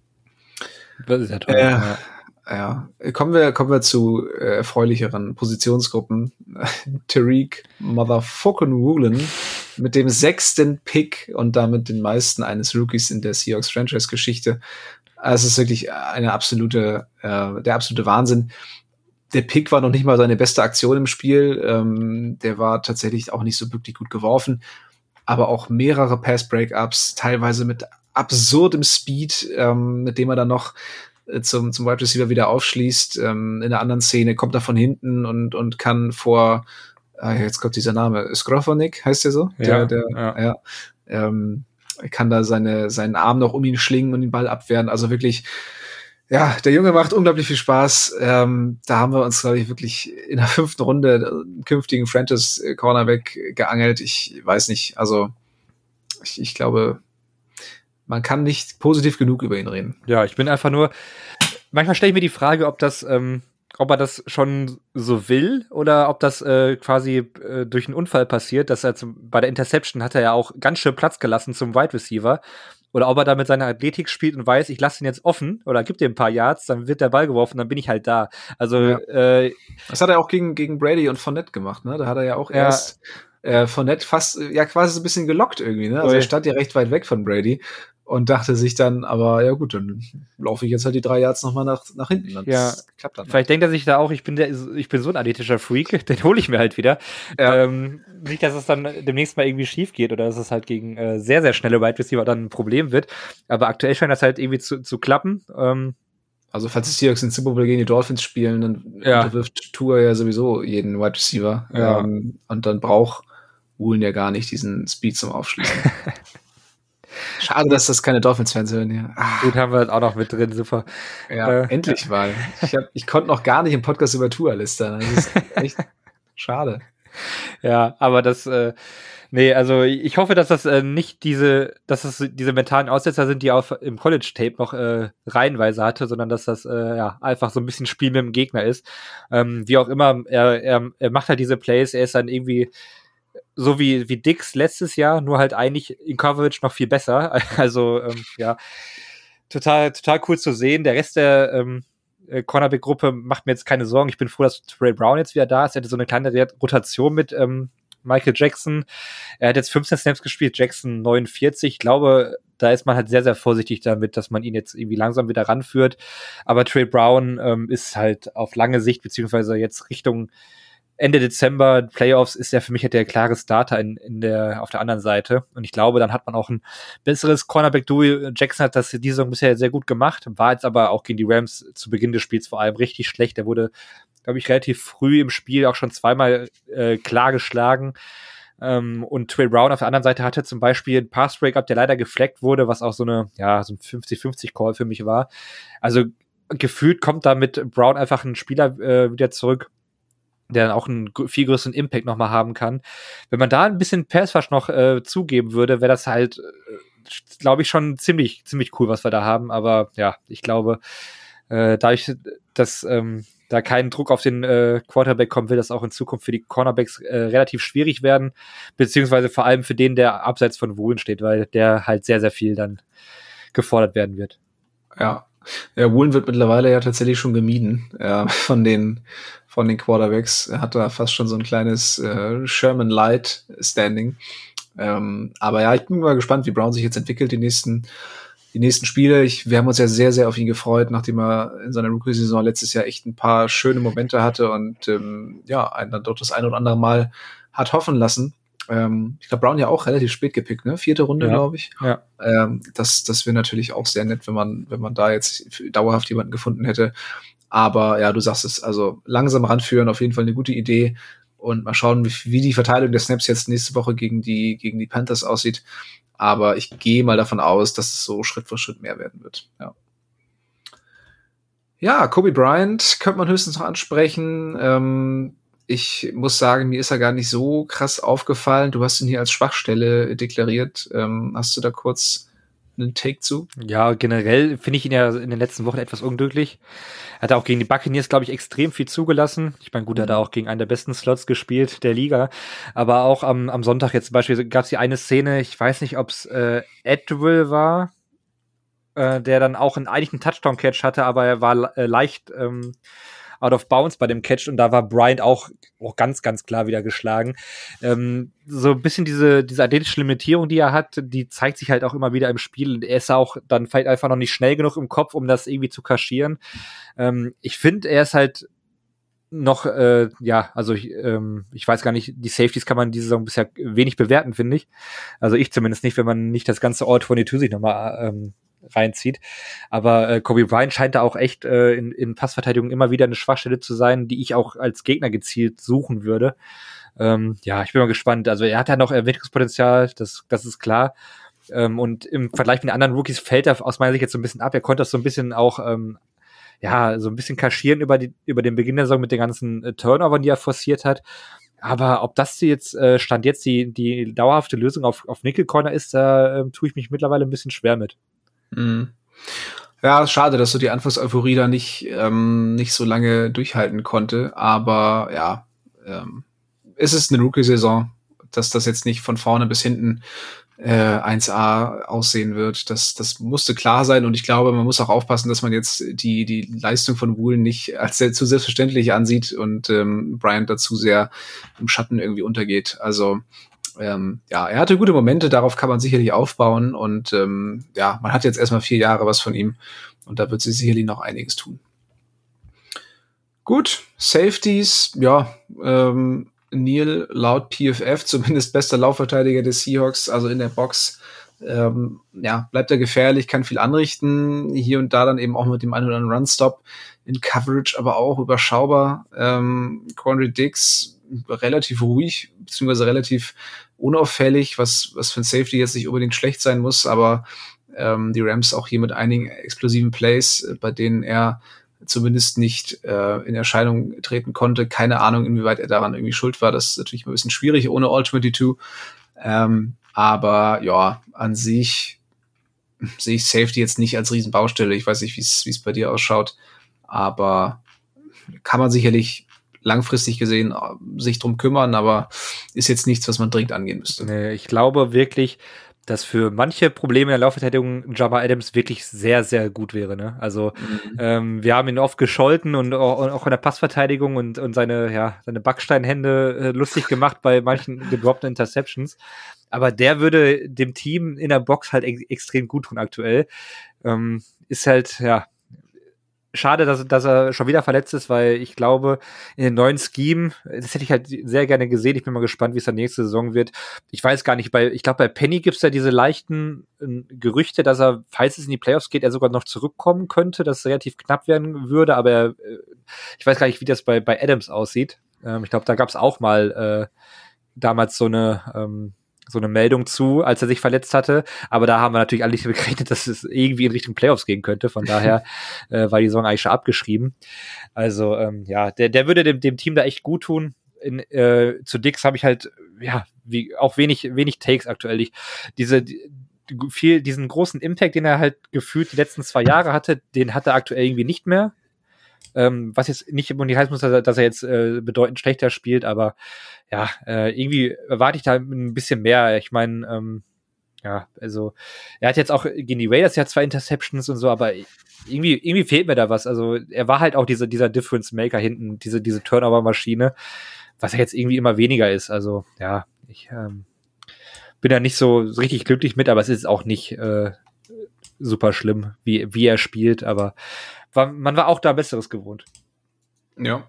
Das ist ja teuer. Äh, ja. Ja, kommen wir, kommen wir zu äh, erfreulicheren Positionsgruppen. Tariq Motherfucking Woolen mit dem sechsten Pick und damit den meisten eines Rookies in der Seahawks Franchise-Geschichte. Also es ist wirklich eine absolute, äh, der absolute Wahnsinn. Der Pick war noch nicht mal seine beste Aktion im Spiel. Ähm, der war tatsächlich auch nicht so wirklich gut geworfen, aber auch mehrere Pass-Breakups, teilweise mit absurdem Speed, ähm, mit dem er dann noch zum, zum Wide Receiver wieder aufschließt. Ähm, in der anderen Szene kommt er von hinten und, und kann vor, äh, jetzt kommt dieser Name, Skrofonik, heißt der so? Ja, der, der, ja. ja ähm, kann da seine, seinen Arm noch um ihn schlingen und den Ball abwehren. Also wirklich, Ja, der Junge macht unglaublich viel Spaß. Ähm, da haben wir uns, glaube ich, wirklich in der fünften Runde einen künftigen Franchise-Cornerback geangelt. Ich weiß nicht, also ich, ich glaube, man kann nicht positiv genug über ihn reden. Ja, ich bin einfach nur, manchmal stelle ich mir die Frage, ob das, ähm, ob er das schon so will oder ob das äh, quasi äh, durch einen Unfall passiert, dass er zum, bei der Interception hat er ja auch ganz schön Platz gelassen zum Wide Receiver. Oder ob er da mit seiner Athletik spielt und weiß, ich lasse ihn jetzt offen oder gib dir ein paar Yards, dann wird der Ball geworfen, dann bin ich halt da. Also ja. äh, das hat er auch gegen, gegen Brady und Fournette gemacht, ne? Da hat er ja auch ja. erst äh, Fournette fast ja quasi so ein bisschen gelockt irgendwie, ne? Also er stand ja recht weit weg von Brady und dachte sich dann, aber ja gut, dann laufe ich jetzt halt die drei Yards nochmal nach, nach hinten. Dann ja, klappt dann. Vielleicht denkt er sich da auch, ich bin der, ich bin so ein athletischer Freak, den hole ich mir halt wieder. Ja. Ähm, nicht, dass es dann demnächst mal irgendwie schief geht oder dass es halt gegen äh, sehr, sehr schnelle Wide Receiver dann ein Problem wird. Aber aktuell scheint das halt irgendwie zu, zu klappen. Ähm, also falls die Seahawks in Super Bowl gegen die Dolphins spielen, dann ja. unterwirft Tua ja sowieso jeden Wide Receiver. Ja. Ähm, und dann braucht Woolen ja gar nicht diesen Speed zum Aufschließen. Schade, dass das keine Dolphins-Fans hören hier. Ah. Gut, haben wir das auch noch mit drin, super. Ja, äh, endlich ja. mal. Ich, hab, ich konnte noch gar nicht im Podcast über Tua listern. Das ist echt schade. Ja, aber das, äh, nee, also ich hoffe, dass das äh, nicht diese, dass das diese mentalen Aussetzer sind, die er auf im College-Tape noch äh, reihenweise hatte, sondern dass das äh, ja einfach so ein bisschen Spiel mit dem Gegner ist. Ähm, wie auch immer, er, er, er macht halt diese Plays, er ist dann irgendwie so wie, wie Dix letztes Jahr, nur halt eigentlich in Coverage noch viel besser. Also, ähm, ja, total, total cool zu sehen. Der Rest der ähm, Cornerback-Gruppe macht mir jetzt keine Sorgen. Ich bin froh, dass Trey Brown jetzt wieder da ist. Er hatte so eine kleine Rotation mit ähm, Michael Jackson. Er hat jetzt fünfzehn Snaps gespielt, Jackson neunundvierzig. Ich glaube, da ist man halt sehr, sehr vorsichtig damit, dass man ihn jetzt irgendwie langsam wieder ranführt. Aber Trey Brown ähm, ist halt auf lange Sicht, beziehungsweise jetzt Richtung Ende Dezember, Playoffs, ist ja für mich halt der klare Starter in, in der, auf der anderen Seite. Und ich glaube, dann hat man auch ein besseres Cornerback-Duo. Jackson hat das diese Saison bisher sehr gut gemacht, war jetzt aber auch gegen die Rams zu Beginn des Spiels vor allem richtig schlecht. Der wurde, glaube ich, relativ früh im Spiel auch schon zweimal äh, klar geschlagen. Ähm, und Trey Brown auf der anderen Seite hatte zum Beispiel einen Pass-Breakup, der leider gefleckt wurde, was auch so eine, ja, so ein fünfzig fünfzig Call für mich war. Also gefühlt kommt da mit Brown einfach ein Spieler äh, wieder zurück, der dann auch einen viel größeren Impact nochmal haben kann. Wenn man da ein bisschen Pass-Rush noch äh, zugeben würde, wäre das halt, äh, glaube ich, schon ziemlich, ziemlich cool, was wir da haben. Aber ja, ich glaube, äh, dadurch, dass ähm, da kein Druck auf den äh, Quarterback kommt, wird das auch in Zukunft für die Cornerbacks äh, relativ schwierig werden, beziehungsweise vor allem für den, der abseits von Woolen steht, weil der halt sehr, sehr viel dann gefordert werden wird. Ja, ja, Woolen wird mittlerweile ja tatsächlich schon gemieden äh, von den von den Quarterbacks. Er hat da fast schon so ein kleines äh, Sherman Light Standing. Ähm, aber ja, ich bin mal gespannt, wie Brown sich jetzt entwickelt, die nächsten die nächsten Spiele. Ich, wir haben uns ja sehr, sehr auf ihn gefreut, nachdem er in seiner Rookie-Saison letztes Jahr echt ein paar schöne Momente hatte und ähm, ja, einen dann dort das ein oder andere Mal hat hoffen lassen. Ähm, ich glaube, Brown ja auch relativ spät gepickt, ne? Vierte Runde, ja, glaube ich. Ja. Ähm, das das wäre natürlich auch sehr nett, wenn man wenn man da jetzt dauerhaft jemanden gefunden hätte. Aber ja, du sagst es, also langsam ranführen, auf jeden Fall eine gute Idee. Und mal schauen, wie, wie die Verteilung der Snaps jetzt nächste Woche gegen die gegen die Panthers aussieht. Aber ich gehe mal davon aus, dass es so Schritt für Schritt mehr werden wird. Ja, ja, Kobe Bryant könnte man höchstens noch ansprechen. Ähm, ich muss sagen, mir ist er gar nicht so krass aufgefallen. Du hast ihn hier als Schwachstelle deklariert. Ähm, hast du da kurz einen Take zu? Ja, generell finde ich ihn ja in den letzten Wochen etwas unglücklich. Er hat auch gegen die Buccaneers, glaube ich, extrem viel zugelassen. Ich meine, gut, er hat auch gegen einen der besten Slots gespielt der Liga. Aber auch am, am Sonntag jetzt zum Beispiel gab es die eine Szene, ich weiß nicht, ob es äh, Edwill war, äh, der dann auch einen, eigentlich einen Touchdown-Catch hatte, aber er war äh, leicht ähm, out of bounds bei dem Catch und da war Bryant auch, auch ganz, ganz klar wieder geschlagen. Ähm, so ein bisschen diese, diese athletische Limitierung, die er hat, die zeigt sich halt auch immer wieder im Spiel und er ist auch dann vielleicht einfach noch nicht schnell genug im Kopf, um das irgendwie zu kaschieren. Ähm, ich finde, er ist halt noch, äh, ja, also ich, ähm, ich weiß gar nicht, die Safeties kann man diese Saison bisher wenig bewerten, finde ich. Also ich zumindest nicht, wenn man nicht das ganze All zweiundzwanzig sich nochmal ähm, reinzieht. Aber äh, Kobe Bryant scheint da auch echt äh, in, in Passverteidigung immer wieder eine Schwachstelle zu sein, die ich auch als Gegner gezielt suchen würde. Ähm, ja, ich bin mal gespannt. Also er hat ja noch Entwicklungspotenzial, das, das ist klar. Ähm, und im Vergleich mit den anderen Rookies fällt er aus meiner Sicht jetzt so ein bisschen ab. Er konnte das so ein bisschen auch ähm, ja, so ein bisschen kaschieren über die, über den Beginn der Saison mit den ganzen äh, Turnovern, die er forciert hat. Aber ob das jetzt, äh, Stand jetzt die, die dauerhafte Lösung auf, auf Nickel Corner ist, da äh, tue ich mich mittlerweile ein bisschen schwer mit. Mhm. Ja, schade, dass du die Anfangs-Euphorie da nicht, ähm, nicht so lange durchhalten konnte. Aber ja, ähm, es ist eine Rookie-Saison, dass das jetzt nicht von vorne bis hinten äh, eins A aussehen wird. Das, das musste klar sein. Und ich glaube, man muss auch aufpassen, dass man jetzt die, die Leistung von Woolen nicht als sehr, zu selbstverständlich ansieht und ähm, Bryant dazu sehr im Schatten irgendwie untergeht. Also ähm, ja, er hatte gute Momente, darauf kann man sicherlich aufbauen. Und ähm, ja, man hat jetzt erstmal vier Jahre was von ihm. Und da wird sich sicherlich noch einiges tun. Gut, Safeties, ja, ähm, Neal laut P F F, zumindest bester Laufverteidiger des Seahawks, also in der Box, ähm, ja, bleibt er gefährlich, kann viel anrichten, hier und da dann eben auch mit dem einen oder anderen Run-Stop in Coverage, aber auch überschaubar. Ähm, Quandre Diggs relativ ruhig, beziehungsweise relativ unauffällig, was, was für ein Safety jetzt nicht unbedingt schlecht sein muss, aber ähm, die Rams auch hier mit einigen explosiven Plays, äh, bei denen er zumindest nicht äh, in Erscheinung treten konnte. Keine Ahnung, inwieweit er daran irgendwie schuld war. Das ist natürlich ein bisschen schwierig ohne All zweiundzwanzig. Ähm, aber ja, an sich sehe ich Safety jetzt nicht als Riesenbaustelle. Ich weiß nicht, wie es bei dir ausschaut. Aber kann man sicherlich langfristig gesehen sich drum kümmern, aber ist jetzt nichts, was man dringend angehen müsste. Nee, ich glaube wirklich, dass für manche Probleme in der Laufverteidigung Jamal Adams wirklich sehr, sehr gut wäre. Ne? Also mhm. ähm, wir haben ihn oft gescholten und auch, auch in der Passverteidigung und, und seine, ja, seine Backsteinhände äh, lustig gemacht bei manchen gedroppten Interceptions. Aber der würde dem Team in der Box halt ex- extrem gut tun aktuell. Ähm, ist halt, ja, schade, dass, dass er schon wieder verletzt ist, weil ich glaube, in den neuen Scheme, das hätte ich halt sehr gerne gesehen. Ich bin mal gespannt, wie es dann nächste Saison wird. Ich weiß gar nicht, bei, ich glaube, bei Penny gibt's ja diese leichten äh, Gerüchte, dass er, falls es in die Playoffs geht, er sogar noch zurückkommen könnte, dass es relativ knapp werden würde, aber er, äh, ich weiß gar nicht, wie das bei, bei Adams aussieht. Ähm, ich glaube, da gab's auch mal äh, damals so eine ähm, so eine Meldung zu, als er sich verletzt hatte. Aber da haben wir natürlich alle nicht berechnet, dass es irgendwie in Richtung Playoffs gehen könnte. Von daher äh, war die Saison eigentlich schon abgeschrieben. Also ähm, ja, der, der würde dem, dem Team da echt gut tun. In, äh, zu Diggs habe ich halt ja wie auch wenig wenig Takes aktuell. Ich, diese die, viel diesen großen Impact, den er halt gefühlt die letzten zwei Jahre hatte, den hat er aktuell irgendwie nicht mehr. Ähm, was jetzt nicht nicht heißt muss, dass er, dass er jetzt äh, bedeutend schlechter spielt, aber ja, äh, irgendwie erwarte ich da ein bisschen mehr. Ich meine, ähm, ja, also er hat jetzt auch gegen die Raiders ja zwei Interceptions und so, aber irgendwie irgendwie fehlt mir da was. Also er war halt auch diese, dieser Difference Maker hinten, diese diese Turnover-Maschine, was er jetzt irgendwie immer weniger ist. Also ja, ich ähm, bin da nicht so, so richtig glücklich mit, aber es ist auch nicht äh, super schlimm, wie wie er spielt, aber war, man war auch da Besseres gewohnt. Ja.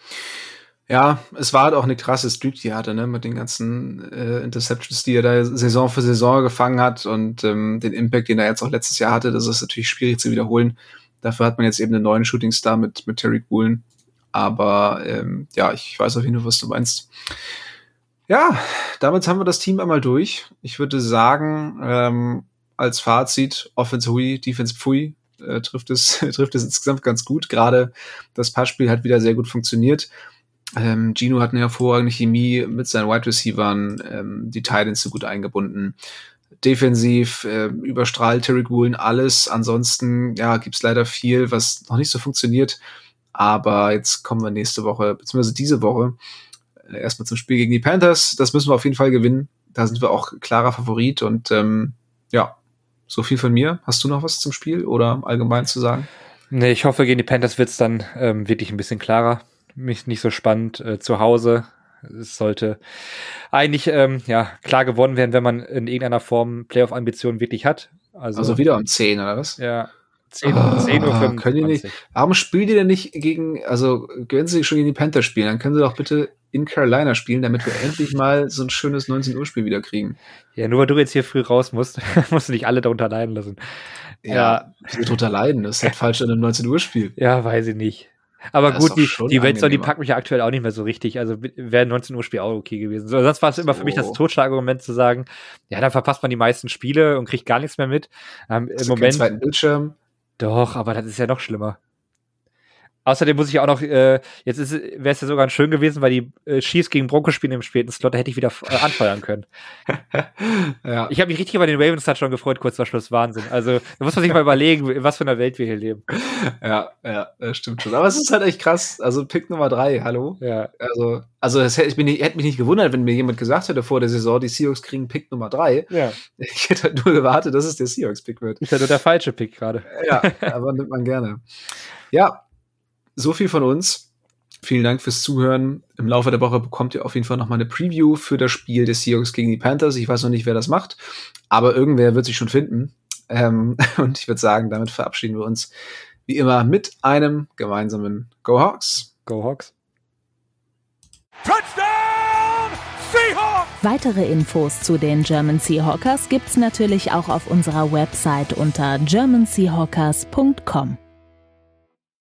Ja, es war halt auch eine krasse Streak, die er hatte, ne, mit den ganzen äh, Interceptions, die er da Saison für Saison gefangen hat und ähm, den Impact, den er jetzt auch letztes Jahr hatte. Das ist natürlich schwierig zu wiederholen. Dafür hat man jetzt eben einen neuen Shootingstar mit mit Tariq Woolen. Aber ähm, ja, ich weiß auf jeden Fall, was du meinst. Ja, damit haben wir das Team einmal durch. Ich würde sagen, ähm, als Fazit, Offense hui, Defense pfui, äh, trifft es trifft es insgesamt ganz gut. Gerade das Passspiel hat wieder sehr gut funktioniert. Ähm, Gino hat eine hervorragende Chemie mit seinen Wide Receivern, ähm, die Titans so gut eingebunden. Defensiv äh, überstrahlt Tariq Woolen alles. Ansonsten ja, gibt's leider viel, was noch nicht so funktioniert. Aber jetzt kommen wir nächste Woche, beziehungsweise diese Woche, äh, erstmal zum Spiel gegen die Panthers. Das müssen wir auf jeden Fall gewinnen. Da sind wir auch klarer Favorit. Und ähm, ja, so viel von mir. Hast du noch was zum Spiel oder allgemein zu sagen? Nee, ich hoffe, gegen die Panthers wird's dann ähm, wirklich ein bisschen klarer. Mich nicht so spannend äh, zu Hause. Es sollte eigentlich ähm, ja klar gewonnen werden, wenn man in irgendeiner Form Playoff-Ambitionen wirklich hat. Also, also wieder um zehn, oder was? Ja, zehn, oh, zehn Uhr fünfundzwanzig. Können die nicht, warum spielen die denn nicht gegen, also wenn sie schon gegen die Panthers spielen, dann können sie doch bitte in Carolina spielen, damit wir endlich mal so ein schönes neunzehn Uhr Spiel wieder kriegen. Ja, nur weil du jetzt hier früh raus musst, musst du nicht alle darunter leiden lassen. Ja, ja. Die darunter leiden, das ist halt falsch an einem neunzehn Uhr Spiel. Ja, weiß ich nicht. Aber das gut, die, die Welt, die packt mich ja aktuell auch nicht mehr so richtig. Also wäre ein neunzehn Uhr Spiel auch okay gewesen. So, sonst war es immer so. Für mich das Totschlagargument zu sagen, ja, dann verpasst man die meisten Spiele und kriegt gar nichts mehr mit. Ähm, Im Moment. Zweiten Bildschirm. Doch, aber das ist ja noch schlimmer. Außerdem muss ich auch noch, äh, jetzt wäre es ja sogar schön gewesen, weil die äh, Chiefs gegen Broncos spielen im späten Slot, da hätte ich wieder äh, anfeuern können. Ja. Ich habe mich richtig über den Ravens-Touchdown gefreut, kurz vor Schluss, Wahnsinn. Also da muss man sich mal überlegen, in was für einer Welt wir hier leben. Ja, ja, das stimmt schon. Aber es ist halt echt krass. Also Pick Nummer drei, hallo? Ja. Also, also es hätte, ich bin nicht, hätte mich nicht gewundert, wenn mir jemand gesagt hätte vor der Saison, die Seahawks kriegen Pick Nummer drei. Ja. Ich hätte halt nur gewartet, dass es der Seahawks-Pick wird. Ist ja nur der falsche Pick gerade. Ja, aber nimmt man gerne. Ja, so viel von uns. Vielen Dank fürs Zuhören. Im Laufe der Woche bekommt ihr auf jeden Fall noch mal eine Preview für das Spiel des Seahawks gegen die Panthers. Ich weiß noch nicht, wer das macht, aber irgendwer wird sich schon finden. Ähm, und ich würde sagen, damit verabschieden wir uns wie immer mit einem gemeinsamen Go Hawks. Go Hawks. Touchdown Seahawks! Weitere Infos zu den German Seahawkers gibt's natürlich auch auf unserer Website unter german seahawkers punkt com.